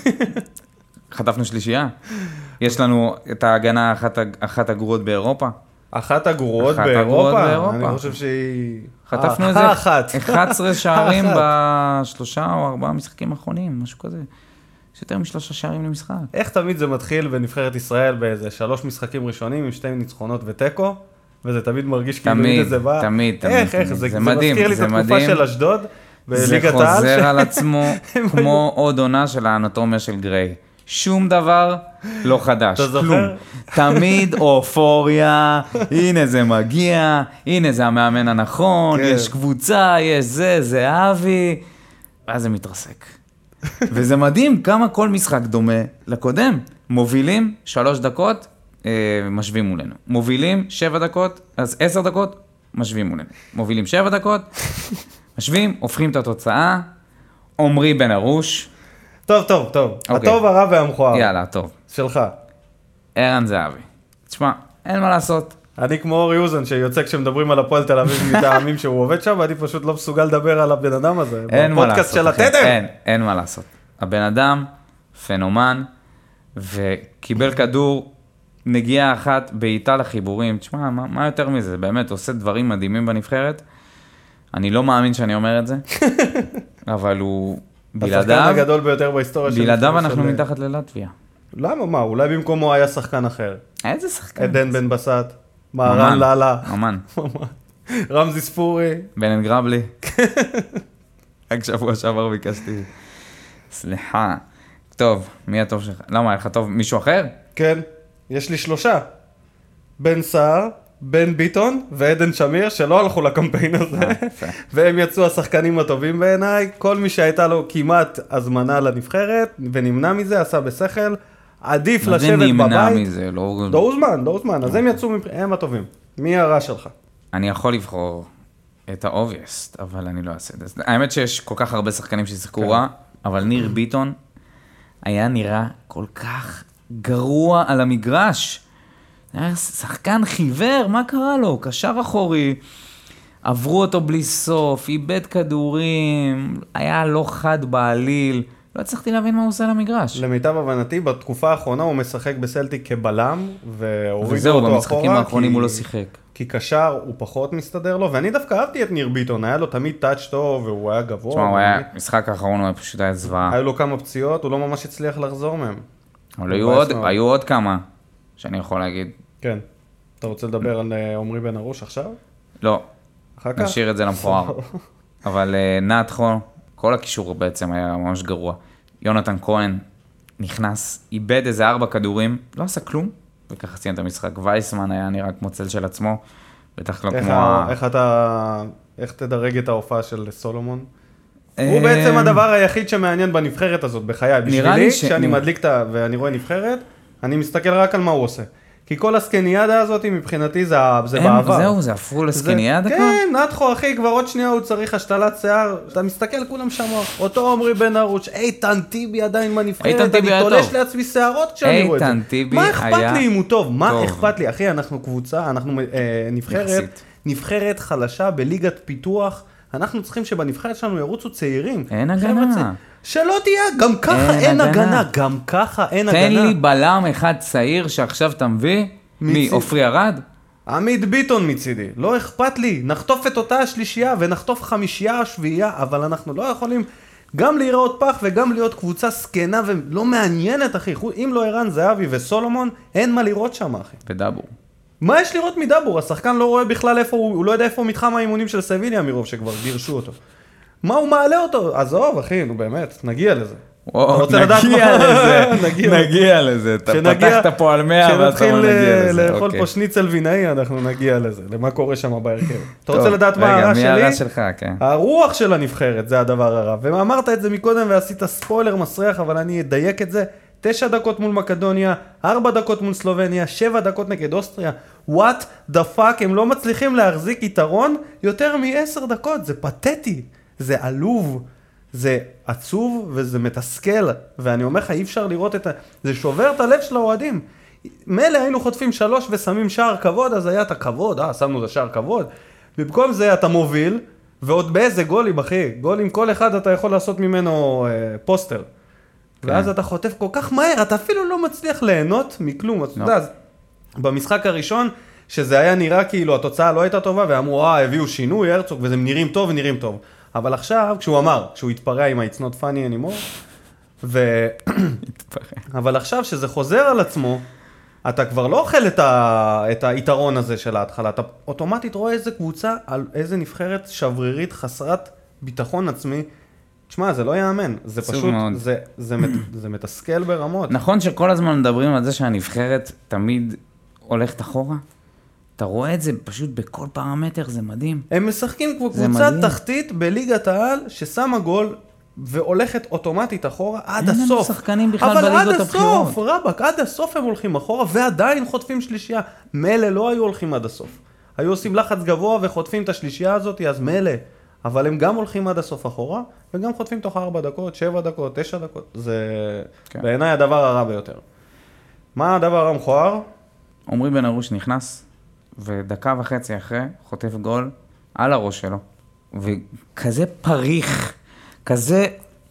חטפנו שלישייה. יש לנו את ההגנה אחת הגרועות באירופה. אחת הגרועות באירופה? אני חושב שהיא... חטפנו איזה 11 שערים בשלושה או 4 משחקים האחרונים, משהו כזה. יש יותר מ3 שערים למשחק. איך תמיד זה מתחיל בנבחרת ישראל באיזה 3 משחקים ראשונים עם 2 ניצחונות ותיקו, וזה תמיד מרגיש כאילו זה בא. תמיד. איך, זה מזכיר לי את התקופה של אשדוד בליגת העל. זה חוזר על עצמו כמו עוד עונה של האנטומיה של גריי. שום דבר לא חדש, כלום. תמיד אופוריה, הנה זה מגיע, הנה זה המאמן הנכון, יש קבוצה, יש זה אבי, ואז זה מתרסק. וזה מדהים כמה כל משחק דומה לקודם. מובילים 3 דקות, משווים מולנו. מובילים 7 דקות, אז 10 דקות, משווים מולנו. מובילים 7 דקות, משווים, הופכים את התוצאה, עומרי בן ארוש. טוב. הטוב, הרע והמכוער. יאללה, טוב. שלך. ערן זהבי. תשמע, אין מה לעשות. אני כמו אורי אוזן שיוצא כשמדברים על הפועל תל אביב מטעמים שהוא עובד שם, ואני פשוט לא מסוגל לדבר על הבן אדם הזה. אין מה בפודקאסט של התדר. אין מה לעשות. הבן אדם פנומן, וקיבל כדור נגיעה אחת בעיטה לחיבורים. תשמע, מה יותר מזה? באמת עושה דברים מדהימים בנבחרת. אני לא מאמין שאני אומר את זה, אבל הוא... השחקן הגדול ביותר בהיסטוריה של... בלעדיו אנחנו מתחת ללטביה. למה? מה? אולי במקומו היה שחקן אחר. איזה שחקן? עדן בן בסט, מהרן לאללה. אמן. רמזי ספורי. בן גרבלי. רק שבוע שעבר ביקשתי. סליחה. טוב, מי הטוב שלך? למה, היה לך טוב מישהו אחר? כן, יש לי 3. בן סער, בן ביטון ועדן שמיר, שלא הלכו לקמפיין הזה, והם יצאו השחקנים הטובים בעיניי, כל מי שהייתה לו כמעט הזמנה לנבחרת, ונמנע מזה, עשה בשכל, עדיף לשבת בבית. מה זה נמנע מזה? לא הוזמן, אז הם יצאו, הם הטובים. מי הרע שלך? אני יכול לבחור את האובייסט, אבל אני לא אעשה את זה. האמת שיש כל כך הרבה שחקנים ששיחקו רע, אבל ניר ביטון היה נראה כל כך גרוע על המגרש. היה שחקן חיוור, מה קרה לו? קשר אחורי, עברו אותו בלי סוף, איבד כדורים, היה לא חד בעליל, לא הצלחתי להבין מה הוא עושה למגרש. למיטב הבנתי, בתקופה האחרונה הוא משחק בסלטיק כבלם, והורידו אותו וזהו, אחורה. במשחקים האחרונים הוא לא שיחק. כי קשר הוא פחות מסתדר לו, ואני דווקא אהבתי את ניר ביטון, היה לו תמיד טאץ' טוב, והוא היה גבוה. תשמע, הוא היה, משחק האחרון הוא פשוט היה זוועה. היו לו כמה פציעות, הוא לא ממש הצליח לחזור מהם. אבל היו עוד כמה, שאני יכול להגיד. כן. אתה רוצה לדבר על עומרי בן ארוש עכשיו? לא. אחר כך? נשאיר את זה למכוער. אבל נתחו, כל הקישור בעצם היה ממש גרוע. יונתן כהן נכנס, איבד איזה 4 כדורים, לא עשה כלום, וככה סיים את המשחק. וייסמן היה נראה כמו צל של עצמו, בטח לא כמו... איך תדרג את ההופעה של סולומון? הוא בעצם הדבר היחיד שמעניין בנבחרת הזאת, בחיי. בשבילי, כשאני מדליק ואני רואה נבחרת, אני מסתכל רק על מה הוא עושה. כי כל הסקניאדה הזאת מבחינתי זה בעבר. זהו, זה הפכו לסקניאדה כבר? כן, נתחו אחי, כבר עוד שנייה הוא צריך השתלת שיער. אתה מסתכל, כולם שם, אותו עומרי בן ארוש, איתן טיבי עדיין בנבחרת, אני תולש לעצמי שערות כשאני רואה את זה. איתן טיבי היה... מה אכפת לי אם הוא טוב? מה אכפת לי? אחי, אנחנו קבוצה, אנחנו נבחרת חלשה בליגת פיתוח. אנחנו צריכים שבנבחרת שלנו ירוצו צעירים. אין הגנה. שלא תהיה, גם ככה אין הגנה, גם ככה אין הגנה. תן לי בלם אחד צעיר שעכשיו אתה מביא, מי, אופרי ארד? עמית ביטון מצידי, לא אכפת לי, נחטוף את אותה השלישייה ונחטוף 5 השביעייה, אבל אנחנו לא יכולים גם להיראות פח וגם להיות קבוצה סקנה ולא מעניינת, אחי. אם לא ערן זהבי וסולומון, אין מה לראות שם, אחי. ודאבור. מה יש לראות מדאבור? השחקן לא רואה בכלל איפה הוא לא יודע איפה מתחם האימונים של סביליה מרוב שכבר גירשו אותו. מה הוא מעלה אותו? עזוב, אחי, נו באמת, נגיע לזה. נגיע לזה, אתה פתחת פה על 100 ואתה אומר נגיע לזה. כשנתחיל לאכול פה שניצל וינאי, אנחנו נגיע לזה, למה קורה שם בהרכב. אתה רוצה לדעת מה הרע שלי? הרע שלך, כן. הרוח של הנבחרת, זה הדבר הרע. ואמרת את זה מקודם ועשית ספוילר מסריח, אבל אני אדייק את זה. 9 דקות מול מקדוניה, 4 דקות מול סלובניה, 7 דקות נגד אוסטריה. What the fuck, הם לא מצליחים להחזיק יתרון יותר מ10 דקות, זה פתטי, זה עלוב. זה עצוב וזה מתסכל, ואני אומר לך, אי אפשר לראות את זה שובר את הלב של האוהדים. מילא היינו חוטפים 3 ושמים שער כבוד, אז היה את הכבוד, שמנו את השער כבוד. במקום זה אתה מוביל, ועוד באיזה גולים, אחי, גולים כל אחד אתה יכול לעשות ממנו פוסטר. כן. ואז אתה חוטף כל כך מהר, אתה אפילו לא מצליח ליהנות מכלום. אתה יודע, במשחק הראשון, שזה היה נראה כאילו התוצאה לא הייתה טובה, ואמרו, הביאו שינוי, הרצוג, וזה נראים טוב ונראים טוב. אבל עכשיו, כשהוא התפרע עם ה-It's not funny anymore, אבל עכשיו, שזה חוזר על עצמו, אתה כבר לא אוכל את היתרון הזה של ההתחלה, אתה אוטומטית רואה איזה קבוצה, על איזה נבחרת שברירית, חסרת ביטחון עצמי, תשמע, זה לא יאמן, זה פשוט, זה מתסכל ברמות. נכון שכל הזמן מדברים על זה שהנבחרת תמיד הולכת אחורה? אתה רואה את זה פשוט בכל פרמטר, זה מדהים. הם משחקים כמו קבוצה תחתית בליגת העל, ששמה גול והולכת אוטומטית אחורה עד הסוף. אין לנו שחקנים בכלל בליגות הבחירות. אבל עד הסוף, רבק, עד הסוף הם הולכים אחורה, ועדיין חוטפים שלישייה. מלא לא היו הולכים עד הסוף. היו עושים לחץ גבוה וחוטפים את השלישייה הזאת, אז מלא. אבל הם גם הולכים עד הסוף אחורה, וגם חוטפים תוך 4 דקות, 7 דקות, 9 דקות. זה בעיניי הדבר הרע ביותר. מה הדבר המכוער? עומרי בן ארוש נכנס. ודקה וחצי אחרי, חוטף גול על הראש שלו. וכזה פריך, כזה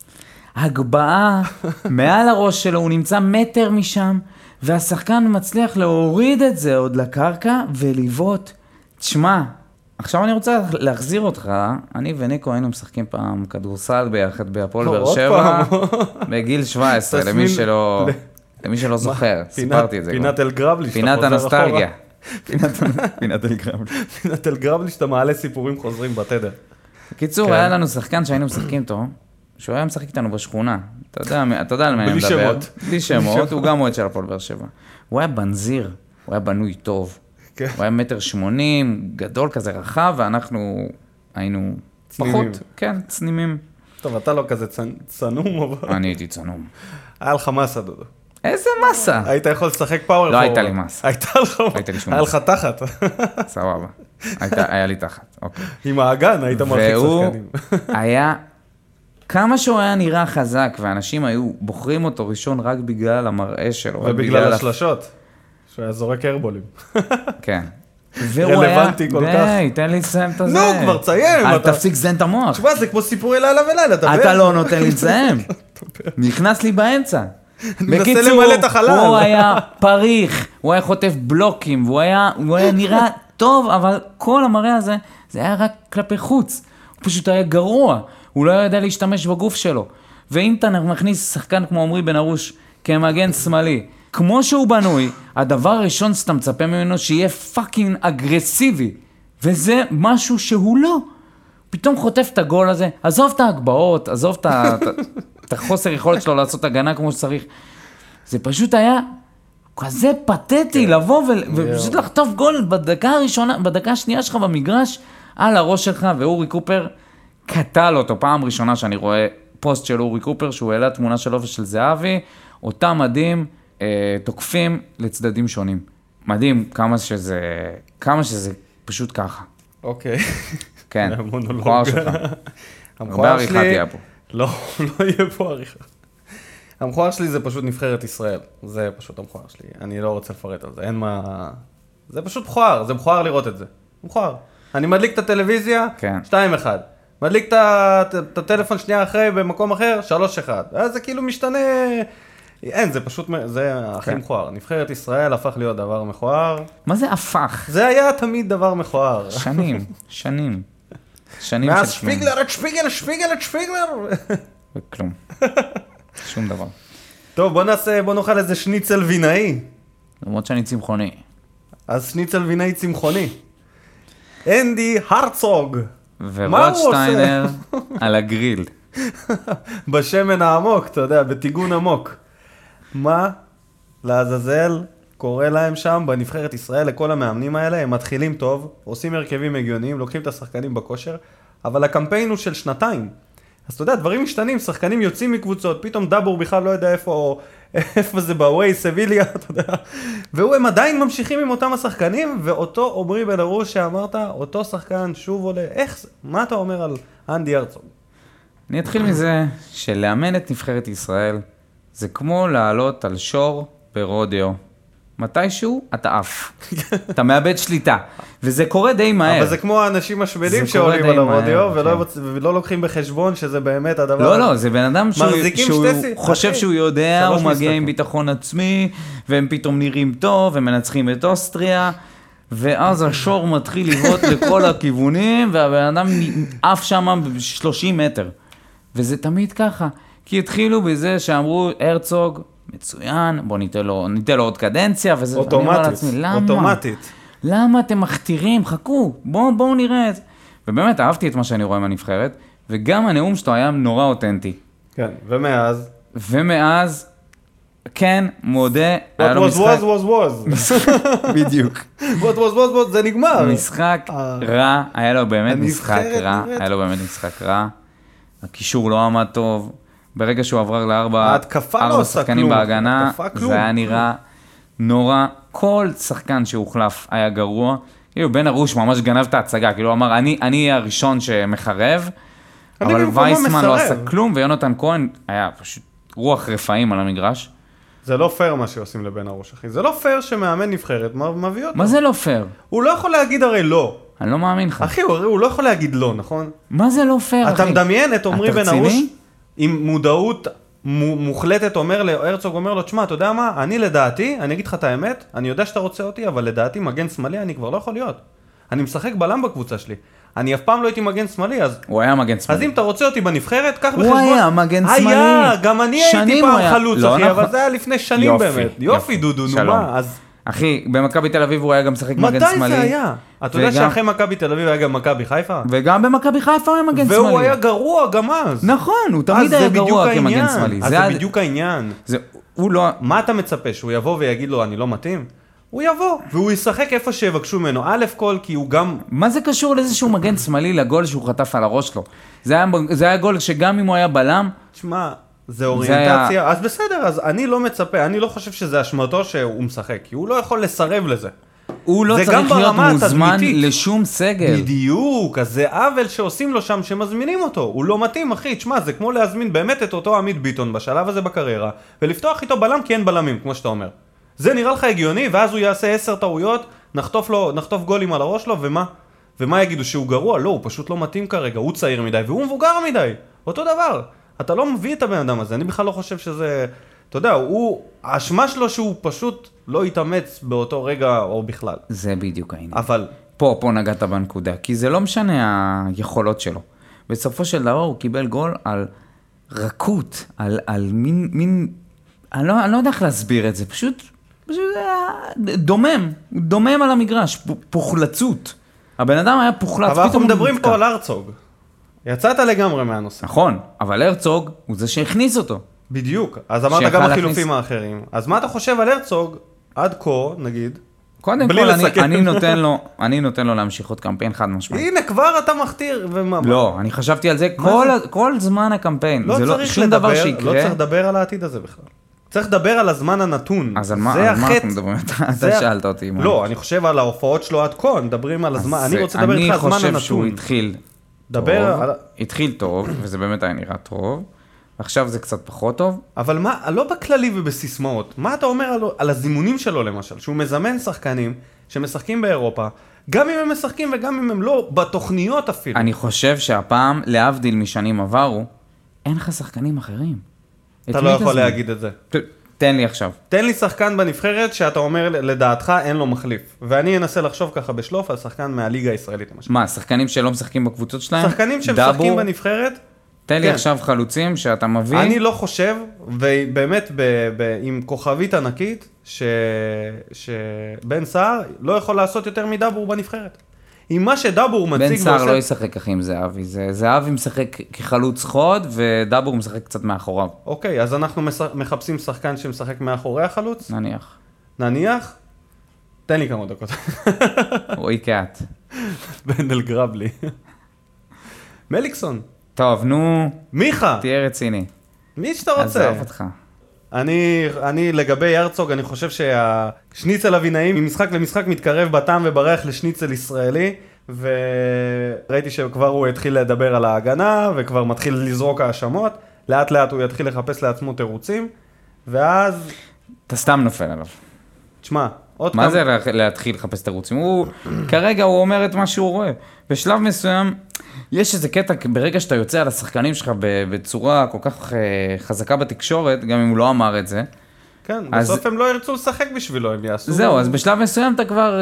הגבהה מעל הראש שלו, הוא נמצא מטר משם, והשחקן מצליח להוריד את זה עוד לקרקע ולבעוט. תשמע, עכשיו אני רוצה להחזיר אותך, אני וניקו היינו משחקים פעם כדורסל ביחד בהפועל באר שבע, בגיל 17, למי שלא זוכר, סיפרתי את זה. פינת אל גרבלי, פינת הנוסטלגיה. פינת אל גרבלי שאתה מעלה סיפורים חוזרים בתדר. בקיצור, היה לנו שחקן שהיינו משחקים אותו, שהוא היה משחק איתנו בשכונה. אתה יודע על מה אני מדבר. בלי שמות. הוא גם מועד של הפועל באר שבע. הוא היה בנזיר, הוא היה בנוי טוב. הוא היה 1.80 מטר, גדול כזה רחב, ואנחנו היינו פחות, כן, צנימים. טוב, אתה לא כזה צנום, אבל... אני הייתי צנום. היה לך מסה, דודו. איזה מסה? היית יכול לשחק פאוור? לא הייתה לי מסה. הייתה לך? הייתה לי שום היה לך תחת. סבבה. היה לי תחת, אוקיי. עם האגן, היית מרחיק שחקנים. והוא היה, כמה שהוא היה נראה חזק, ואנשים היו בוחרים אותו ראשון רק בגלל המראה שלו. ובגלל השלשות, שהוא היה זורק ארבולים. כן. רלוונטי כל כך. די, תן לי לסיים את הזה. נו, כבר תסיים. אל תפסיק לזיין את המוח. תשמע, זה כמו סיפורי לילה ולילה, אתה לא נותן לי לסיים. נכנס לי באמצע. מנסה למלא את החלל. הוא היה פריך, הוא היה חוטף בלוקים, והוא היה נראה טוב, אבל כל המראה הזה, זה היה רק כלפי חוץ. הוא פשוט היה גרוע. הוא לא ידע להשתמש בגוף שלו. ואם אתה מכניס שחקן כמו עמרי בן ארוש כמגן שמאלי, כמו שהוא בנוי, הדבר הראשון שאתה מצפה ממנו שיהיה פאקינג אגרסיבי. וזה משהו שהוא לא. פתאום חוטף את הגול הזה, עזוב את ההגבהות, עזוב את החוסר יכולת שלו לעשות הגנה כמו שצריך. זה פשוט היה כזה פתטי לבוא ופשוט לחטוף גול בדקה הראשונה, בדקה השנייה שלך במגרש, על הראש שלך, ואורי קופר קטל אותו. פעם ראשונה שאני רואה פוסט של אורי קופר, שהוא העלה תמונה שלו ושל זהבי, אותם מדים תוקפים לצדדים שונים. מדהים כמה שזה פשוט ככה. אוקיי. כן, המכוער שלך. המכוער שלי... פה. לא יהיה פה עריכה. המכוער שלי זה פשוט נבחרת ישראל. זה פשוט המכוער שלי. אני לא רוצה לפרט על זה. אין מה... זה פשוט מכוער. זה מכוער לראות את זה. מכוער. אני מדליק את הטלוויזיה, 2-1. מדליק את הטלפון שנייה אחרי במקום אחר, 3-1. אז זה כאילו משתנה... אין, זה פשוט... זה הכי מכוער. נבחרת ישראל הפך להיות דבר מכוער. מה זה הפך? זה היה תמיד דבר מכוער. שנים. מאז שפיגלר, את שפיגלר. וכלום. שום דבר. טוב, בוא נאכל איזה שניצל וינאי. למרות שאני צמחוני. אז שניצל וינאי צמחוני. אנדי הרצוג. ורוטשטיינר על הגריל. בשמן העמוק, אתה יודע, בתיגון עמוק. מה לעזאזל קורה להם שם בנבחרת ישראל, לכל המאמנים האלה? הם מתחילים טוב, עושים הרכבים הגיוניים, לוקחים את השחקנים בכושר, אבל הקמפיין הוא של 2 אז אתה יודע, דברים משתנים, שחקנים יוצאים מקבוצות, פתאום דאבור בכלל לא יודע איפה זה בווי, סביליה, אתה יודע. והם עדיין ממשיכים עם אותם השחקנים, ואותו עמרי בן ארוש שאמרת, אותו שחקן שוב עולה. איך זה? מה אתה אומר על אנדי הרצוג? אני אתחיל מזה שלאמן את נבחרת ישראל, זה כמו לעלות על שור ברודיו. מתישהו אתה עף. אתה מאבד שליטה. וזה קורה די מהר. אבל זה כמו האנשים השמדים שעולים על הרודיו, ולא לוקחים בחשבון שזה באמת הדבר... לא, זה בן אדם שהוא חושב שהוא יודע, הוא מגיע עם ביטחון עצמי, והם פתאום נראים טוב, הם מנצחים את אוסטריה, ואז השור מתחיל לבעוט לכל הכיוונים, והבן אדם עף שם ב-30 מטר. וזה תמיד ככה. כי התחילו בזה שאמרו, הרצוג, מצוין, בוא ניתן לו עוד קדנציה, וזה... אוטומטית. למה אתם מכתירים? חכו, בואו נראה את זה. ובאמת, אהבתי את מה שאני רואה מהנבחרת, וגם הנאום שלו היה נורא אותנטי. כן, ומאז, כן, מודה, היה לו משחק... בדיוק. What was, זה נגמר. משחק רע, היה לו באמת משחק רע. הקישור לא עמד טוב. ברגע שהוא עבר לארבע שחקנים בהגנה, זה היה נראה נורא. כל שחקן שהוחלף היה גרוע. כאילו בן ארוש ממש גנב את ההצגה, כאילו הוא אמר, אני הראשון שמחרב, אבל וייסמן לא עשה כלום, ויונתן כהן היה פשוט רוח רפאים על המגרש. זה לא פייר מה שעושים לבן ארוש, אחי. זה לא פייר שמאמן נבחרת מביא אותו. מה זה לא פייר? הוא לא יכול להגיד הרי לא. אני לא מאמין לך. אחי, הוא לא יכול להגיד לא, נכון? מה זה לא פייר, אחי? אתה מדמיין את עמרי בן ארוש עם מודעות מוחלטת, הרצוג אומר לו, תשמע, אתה יודע מה? אני לדעתי, אני אגיד לך את האמת, אני יודע שאתה רוצה אותי, אבל לדעתי מגן שמאלי אני כבר לא יכול להיות. אני משחק בלם בקבוצה שלי. אני אף פעם לא הייתי מגן שמאלי, אז... הוא היה מגן שמאלי. אז אם אתה רוצה אותי בנבחרת, קח בחשבון... הוא היה מגן שמאלי. היה, גם אני הייתי פעם חלוץ, אחי, אבל זה היה לפני שנים באמת. יופי, דודו, נו מה, אז... אחי, במכבי תל אביב הוא היה גם משחק מגן שמאלי. מתי זה היה? אתה יודע שאחרי מכבי תל אביב היה גם מכבי חיפה? וגם במכבי חיפה הוא היה מגן שמאלי. והוא היה גרוע גם אז. נכון, הוא תמיד היה גרוע כמגן שמאלי. אז זה בדיוק העניין. הוא לא... מה אתה מצפה? שהוא יבוא ויגיד לו, אני לא מתאים? הוא יבוא, והוא ישחק איפה שיבקשו ממנו. א' כל, כי הוא גם... מה זה קשור לאיזשהו מגן שמאלי לגול שהוא חטף על הראש שלו? זה היה גול שגם אם הוא היה בלם... תשמע, זה אוריינטציה, אז בסדר, אז אני לא מצפה, אני לא חושב שזה אשמתו שהוא משחק, כי הוא לא יכול לסרב לזה. הוא לא צריך להיות מוזמן לשום סגל. בדיוק, אז זה עוול שעושים לו שם, שמזמינים אותו. הוא לא מתאים, אחי. תשמע, זה כמו להזמין באמת את אותו עמית ביטון בשלב הזה בקריירה, ולפתוח איתו בלם כי אין בלמים, כמו שאתה אומר. זה נראה לך הגיוני, ואז הוא יעשה 10 טעויות, נחטוף גולים על הראש לו, ומה? ומה יגידו, שהוא גרוע? לא, הוא פשוט לא מתאים כרגע, הוא צעיר מדי, והוא מבוגר מדי. אותו דבר. אתה לא מביא את הבן אדם הזה, אני בכלל לא חושב שזה... אתה יודע, האשמה שלו שהוא פשוט לא יתאמץ באותו רגע או בכלל. זה בדיוק העניין. אבל... פה נגעת בנקודה, כי זה לא משנה היכולות שלו. בסופו של דבר הוא קיבל גול על רכות, על מין... אני לא יודע איך להסביר את זה, פשוט דומם על המגרש, פוחלצות. הבן אדם היה פוחלץ. אבל אנחנו מדברים פה על הרצוג. יצאת לגמרי מהנושא. נכון, אבל הרצוג הוא זה שהכניס אותו. בדיוק, אז אמרת גם החילופים האחרים. אז מה אתה חושב על הרצוג עד כה, נגיד? קודם כל, אני נותן לו להמשיך עוד קמפיין חד משמעית. הנה, כבר אתה מכתיר. לא, אני חשבתי על זה כל זמן הקמפיין. לא צריך לדבר, לא צריך לדבר על העתיד הזה בכלל. צריך לדבר על הזמן הנתון. אז על מה אנחנו מדברים? אתה שאלת אותי. לא, אני חושב על ההופעות שלו עד כה, מדברים על הזמן, אני רוצה לדבר איתך על הזמן הנתון. אני חושב שהוא התחיל טוב, וזה באמת היה נראה טוב. עכשיו זה קצת פחות טוב. אבל מה, לא בכללי ובסיסמאות, מה אתה אומר על הזימונים שלו למשל? שהוא מזמן שחקנים שמשחקים באירופה, גם אם הם משחקים וגם אם הם לא, בתוכניות אפילו. אני חושב שהפעם, להבדיל משנים עברו, אין לך שחקנים אחרים. אתה לא יכול להגיד את זה. תן לי עכשיו. תן לי שחקן בנבחרת שאתה אומר לדעתך אין לו מחליף. ואני אנסה לחשוב ככה בשלוף על שחקן מהליגה הישראלית למשל. מה, שחקנים שלא משחקים בקבוצות שלהם? שחקנים שמשחקים בנבחרת? תן לי עכשיו חלוצים שאתה מביא. אני לא חושב, ובאמת עם כוכבית ענקית, שבן סער לא יכול לעשות יותר מדאבור בנבחרת. עם מה שדאבור מציג בן סער לא ישחק ככה עם זהבי. זהבי משחק כחלוץ חוד, ודאבור משחק קצת מאחוריו. אוקיי, אז אנחנו מחפשים שחקן שמשחק מאחורי החלוץ? נניח? תן לי כמה דקות. רועי קאט. בנדל גרבלי. מליקסון. טוב, נו. מיכה. תהיה רציני. מי שאתה רוצה. עזוב אותך. אני לגבי הרצוג, אני חושב שהשניצל אבינאים ממשחק למשחק מתקרב בטעם ובריח לשניצל ישראלי, וראיתי שכבר הוא התחיל לדבר על ההגנה, וכבר מתחיל לזרוק האשמות, לאט לאט הוא יתחיל לחפש לעצמו תירוצים, ואז... אתה סתם נופל עליו. תשמע, עוד מה זה להתחיל לחפש תירוצים? כרגע הוא אומר את מה שהוא רואה. בשלב מסוים... יש איזה קטע, ברגע שאתה יוצא על השחקנים שלך בצורה כל כך חזקה בתקשורת, גם אם הוא לא אמר את זה. כן, בסוף הם לא ירצו לשחק בשבילו, הם יעשו... זהו, אז בשלב מסוים אתה כבר,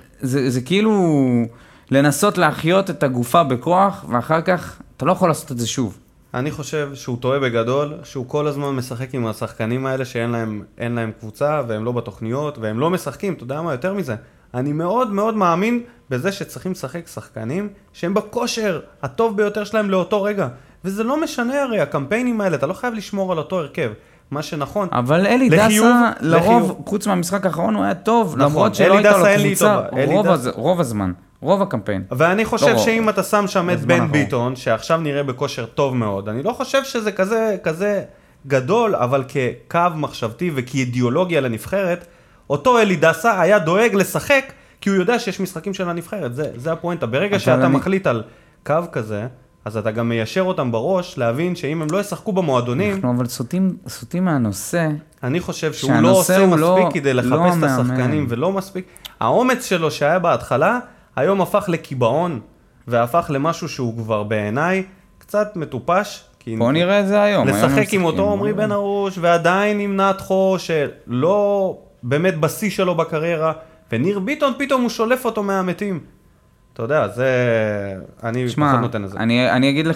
זה כאילו לנסות להחיות את הגופה בכוח, ואחר כך אתה לא יכול לעשות את זה שוב. אני חושב שהוא טועה בגדול, שהוא כל הזמן משחק עם השחקנים האלה שאין להם קבוצה, והם לא בתוכניות, והם לא משחקים, אתה יודע מה, יותר מזה. אני מאוד מאוד מאמין בזה שצריכים לשחק שחקנים שהם בכושר הטוב ביותר שלהם לאותו רגע. וזה לא משנה הרי, הקמפיינים האלה, אתה לא חייב לשמור על אותו הרכב. מה שנכון. אבל אלי דסה, לרוב, חוץ מהמשחק האחרון, הוא היה טוב, למרות שלא הייתה לו קבוצה, רוב הזמן, רוב הקמפיין. ואני חושב שאם אתה שם שם את בן ביטון, שעכשיו נראה בכושר טוב מאוד, אני לא חושב שזה כזה גדול, אבל כקו מחשבתי וכאידיאולוגיה לנבחרת, אותו אלי דסה היה דואג לשחק, כי הוא יודע שיש משחקים של הנבחרת, זה הפואנטה. ברגע שאתה מחליט על קו כזה, אז אתה גם מיישר אותם בראש, להבין שאם הם לא ישחקו במועדונים... אנחנו אבל סוטים מהנושא. אני חושב שהוא לא עושה מספיק כדי לחפש את השחקנים, ולא מספיק. האומץ שלו שהיה בהתחלה, היום הפך לקיבעון, והפך למשהו שהוא כבר בעיניי קצת מטופש. בוא נראה את זה היום. לשחק עם אותו עומרי בן ארוש, ועדיין עם נתחו, שלא באמת בשיא שלו בקריירה, וניר ביטון פתאום הוא שולף אותו מהמתים. אתה יודע, זה... אני פחות נותן לזה. אני אגיד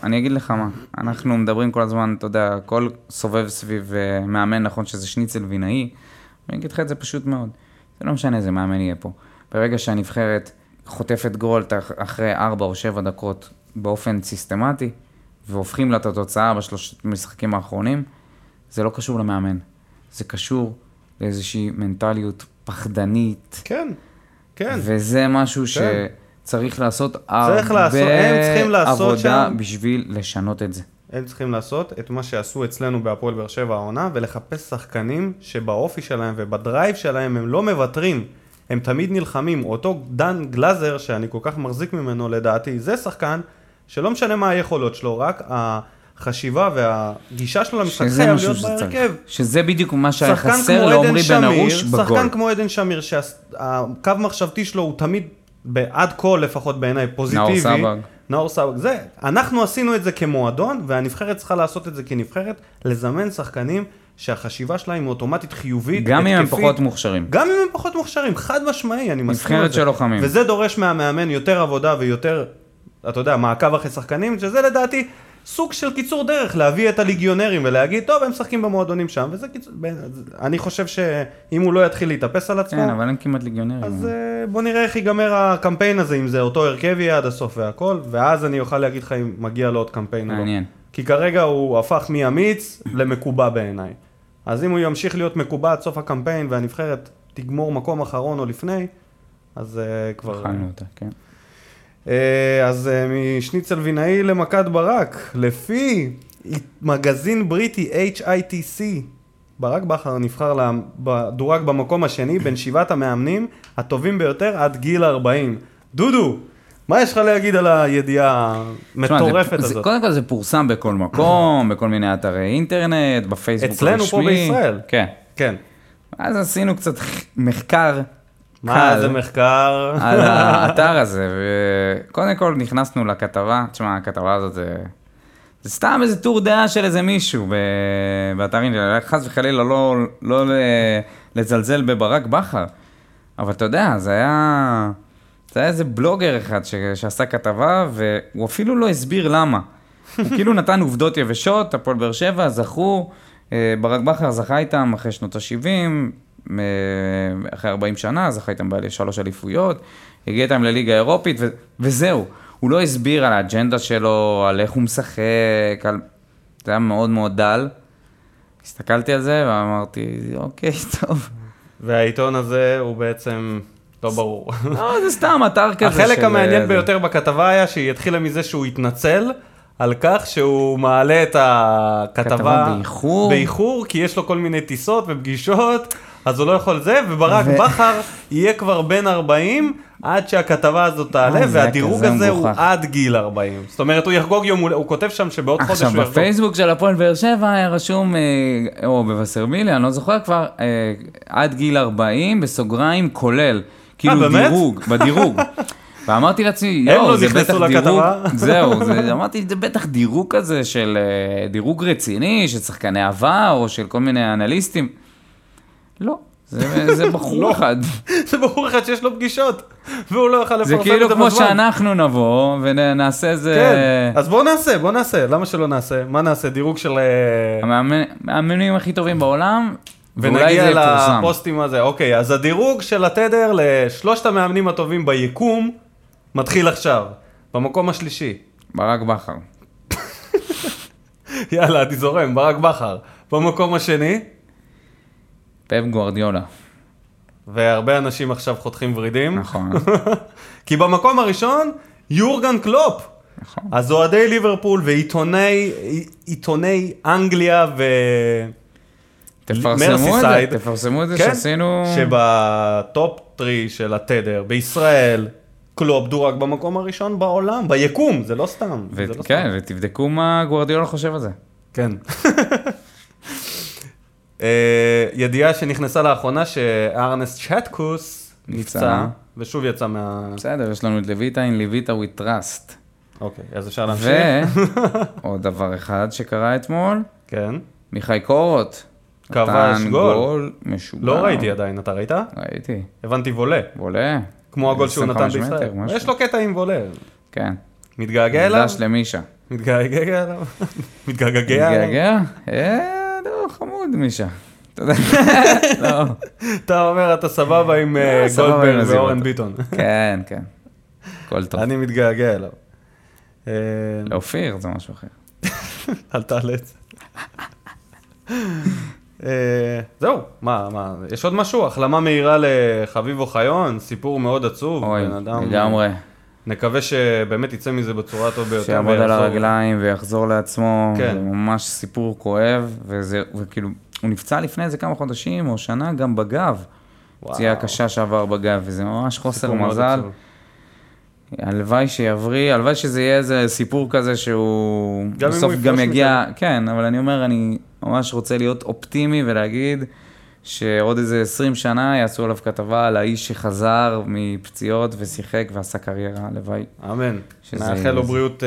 לך מה. אנחנו מדברים כל הזמן, אתה יודע, הכל סובב סביב מאמן, נכון שזה שניצל וינאי. אני אגיד לך את זה פשוט מאוד. זה לא משנה איזה מאמן יהיה פה. ברגע שהנבחרת חוטפת גול אחרי 4 או 7 דקות באופן סיסטמטי, והופכים לה את התוצאה בשלושת משחקים האחרונים, זה לא קשור למאמן. זה קשור לאיזושהי מנטליות פחדנית. כן, כן. וזה משהו שצריך לעשות הם צריכים הרבה לעשות עבודה שם. בשביל לשנות את זה. הם צריכים לעשות את מה שעשו אצלנו בהפועל באר שבע העונה, ולחפש שחקנים שבאופי שלהם ובדרייב שלהם הם לא מוותרים, הם תמיד נלחמים. אותו דן גלזר, שאני כל כך מחזיק ממנו לדעתי, זה שחקן שלא משנה מה היכולות שלו, רק החשיבה והגישה שלו למשחק חייב להיות בהרכב. שזה בדיוק מה שהיה חסר לעומרי בן ארוש בגול. שחקן כמו עדן שמיר, שהקו מחשבתי שלו הוא תמיד, עד כה לפחות בעיניי, פוזיטיבי. נאור סבג. זה, אנחנו עשינו את זה כמועדון, והנבחרת צריכה לעשות את זה כנבחרת, לזמן שחקנים שהחשיבה שלהם היא אוטומטית חיובית, גם אם הם פחות מוכשרים. גם אם הם פחות מוכשרים, חד משמעי, אני מסכים את זה. נבחרת של לוחמים. וזה דורש מהמאמן יותר עבודה ויותר, אתה יודע, מעקב אחרי שחקנים, שזה לדעתי סוג של קיצור דרך, להביא את הליגיונרים ולהגיד, טוב, הם משחקים במועדונים שם, וזה קיצור, אני חושב שאם הוא לא יתחיל להתאפס על עצמו, כן, אבל אין כמעט ליגיונרים. אז בוא נראה איך ייגמר הקמפיין הזה, אם זה אותו הרכב יהיה עד הסוף והכל, ואז אני אוכל להגיד לך אם מגיע לו עוד קמפיין או לא. מעניין. כי כרגע הוא הפך מאמיץ למקובע בעיניי. אז אם הוא ימשיך להיות מקובע עד סוף הקמפיין, והנבחרת תגמור מקום אחרון או לפני, אז כבר... אכלנו אותה, כן. אז משניצל וינאי למכת ברק, לפי מגזין בריטי HITC, ברק בכר נבחר דורג במקום השני בין 7 המאמנים הטובים ביותר עד גיל 40. דודו, מה יש לך להגיד על הידיעה המטורפת הזאת? קודם כל זה פורסם בכל מקום, בכל מיני אתרי אינטרנט, בפייסבוק הרשמי. אצלנו פה בישראל. כן. כן. אז עשינו קצת מחקר. מה זה מחקר? על האתר הזה, וקודם כל נכנסנו לכתבה, תשמע, הכתבה הזאת זה סתם איזה טור דעה של איזה מישהו באתרים, חס וחלילה לא לזלזל בברק בכר, אבל אתה יודע, זה היה איזה בלוגר אחד שעשה כתבה, והוא אפילו לא הסביר למה. הוא כאילו נתן עובדות יבשות, הפועל באר שבע, זכו, ברק בכר זכה איתם אחרי שנות ה-70, אחרי 40 שנה, זכה איתם ב3 אליפויות, הגיע איתם לליגה האירופית, וזהו. הוא לא הסביר על האג'נדה שלו, על איך הוא משחק, זה היה מאוד מאוד דל. הסתכלתי על זה ואמרתי, אוקיי, טוב. והעיתון הזה הוא בעצם לא ברור. לא, זה סתם אתר כזה. החלק המעניין ביותר בכתבה היה שהיא התחילה מזה שהוא התנצל על כך שהוא מעלה את הכתבה באיחור, כי יש לו כל מיני טיסות ופגישות, אז הוא לא יכול זה, וברק בכר יהיה כבר בין 40 עד שהכתבה הזאת תעלה, והדירוג הזה הוא עד גיל 40. זאת אומרת, הוא יחגוג יום, הוא כותב שם שבעוד חודש הוא יחגוג. עכשיו, בפייסבוק של הפועל באר שבע היה רשום, או בווסרמיליה, אני לא זוכר כבר, עד גיל 40, בסוגריים כולל. כאילו בדירוג. ואמרתי לעצמי, יואו, זה בטח דירוג, זהו, אמרתי, זה בטח דירוג כזה של דירוג רציני, של שחקני עבר, או של כל מיני אנליסטים. לא, זה בחור אחד. זה בחור אחד שיש לו פגישות, והוא לא יוכל לפרסם את זה בזמן. זה כאילו כמו שאנחנו נבוא, ונעשה איזה... כן, אז בוא נעשה, למה שלא נעשה? מה נעשה? דירוג של... המאמנים הכי טובים בעולם, ונגיע לפוסטים הזה. אוקיי, אז הדירוג של התדר לשלושת המאמנים הטובים ביקום, מתחיל עכשיו, במקום השלישי. ברק בכר. יאללה, אני זורם, ברק בכר. במקום השני? פפ גוארדיולה. והרבה אנשים עכשיו חותכים ורידים. נכון. כי במקום הראשון, יורגן קלופ. נכון. אז אוהדי ליברפול ועיתוני אנגליה מרסיסייד. תפרסמו את זה שעשינו... שבטופ 3 של התדר, בישראל, קלופ דורג במקום הראשון בעולם, ביקום, זה לא סתם. כן, ותבדקו מה גוארדיולה חושב על זה. כן. ידיעה שנכנסה לאחרונה שארנסט צ'טקוס נפצע, ושוב יצא מה... בסדר, יש לנו את לויטה with trust. אוקיי, אז אפשר להמשיך. ועוד דבר אחד שקרה אתמול, כן. מיכאי קורות. כבש גול משוגע. לא ראיתי עדיין, אתה ראית? ראיתי. הבנתי וולה. וולה. כמו הגול שהוא נתן בישראל. יש לו קטע עם וולה. כן. מתגעגע אליו? מקדש למישה. מתגעגע אליו? מתגעגע? לא, חמוד מישה. אתה יודע. לא. אתה אומר, אתה סבבה עם גולדברג ואורן ביטון. כן, כן. כל טוב. אני מתגעגע אליו. לאופיר זה משהו אחר. אל תעלה את זה. זהו, מה, יש עוד משהו? החלמה מהירה לחביב אוחיון, סיפור מאוד עצוב. אוי, בן אדם, לגמרי. נקווה שבאמת יצא מזה בצורה הטוב ביותר. שיעמוד על הרגליים ויחזור לעצמו, כן. זה ממש סיפור כואב, וכאילו, הוא נפצע לפני איזה כמה חודשים או שנה גם בגב. פציעה קשה שעבר בגב, וזה ממש חוסר מזל. הלוואי שיבריא, הלוואי שזה יהיה איזה סיפור כזה שהוא בסוף גם יגיע, כן, אבל אני אומר, אני ממש רוצה להיות אופטימי ולהגיד שעוד איזה 20 שנה יעשו עליו כתבה על האיש שחזר מפציעות ושיחק ועשה קריירה, הלוואי. אמן. נאחל לו בריאות.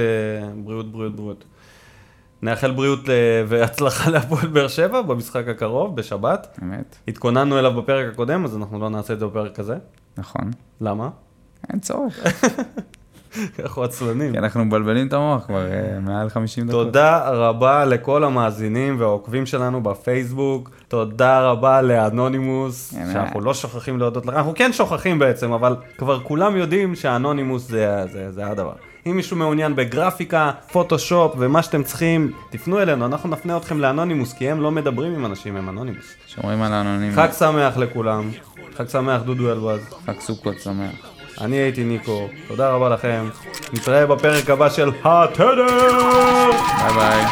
נאחל בריאות והצלחה להפועל באר שבע במשחק הקרוב, בשבת. אמת. התכוננו אליו בפרק הקודם, אז אנחנו לא נעשה את זה בפרק הזה. נכון. למה? אין צורך. אנחנו עצלנים. כי אנחנו מבלבלים את המוח כבר מעל 50 דקות. תודה רבה לכל המאזינים והעוקבים שלנו בפייסבוק. תודה רבה לאנונימוס, שאנחנו לא שוכחים להודות לך. אנחנו כן שוכחים בעצם, אבל כבר כולם יודעים שהאנונימוס זה הדבר. אם מישהו מעוניין בגרפיקה, פוטושופ ומה שאתם צריכים, תפנו אלינו, אנחנו נפנה אתכם לאנונימוס, כי הם לא מדברים עם אנשים, הם אנונימוס. שומרים על האנונימוס. חג שמח לכולם. חג שמח דודו אלבז. חג סוכות שמח. אני הייתי ניקו, תודה רבה לכם. נתראה בפרק הבא של התדר! ביי ביי.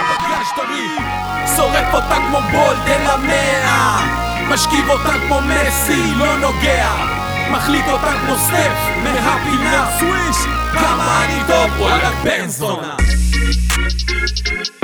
שורף אותה כמו בולדן למאה, משכיב אותה כמו מסי, לא נוגע, מחליט אותה כמו סטף מהפינה סוויש, כמה אני טוב, וואלה בן זונה.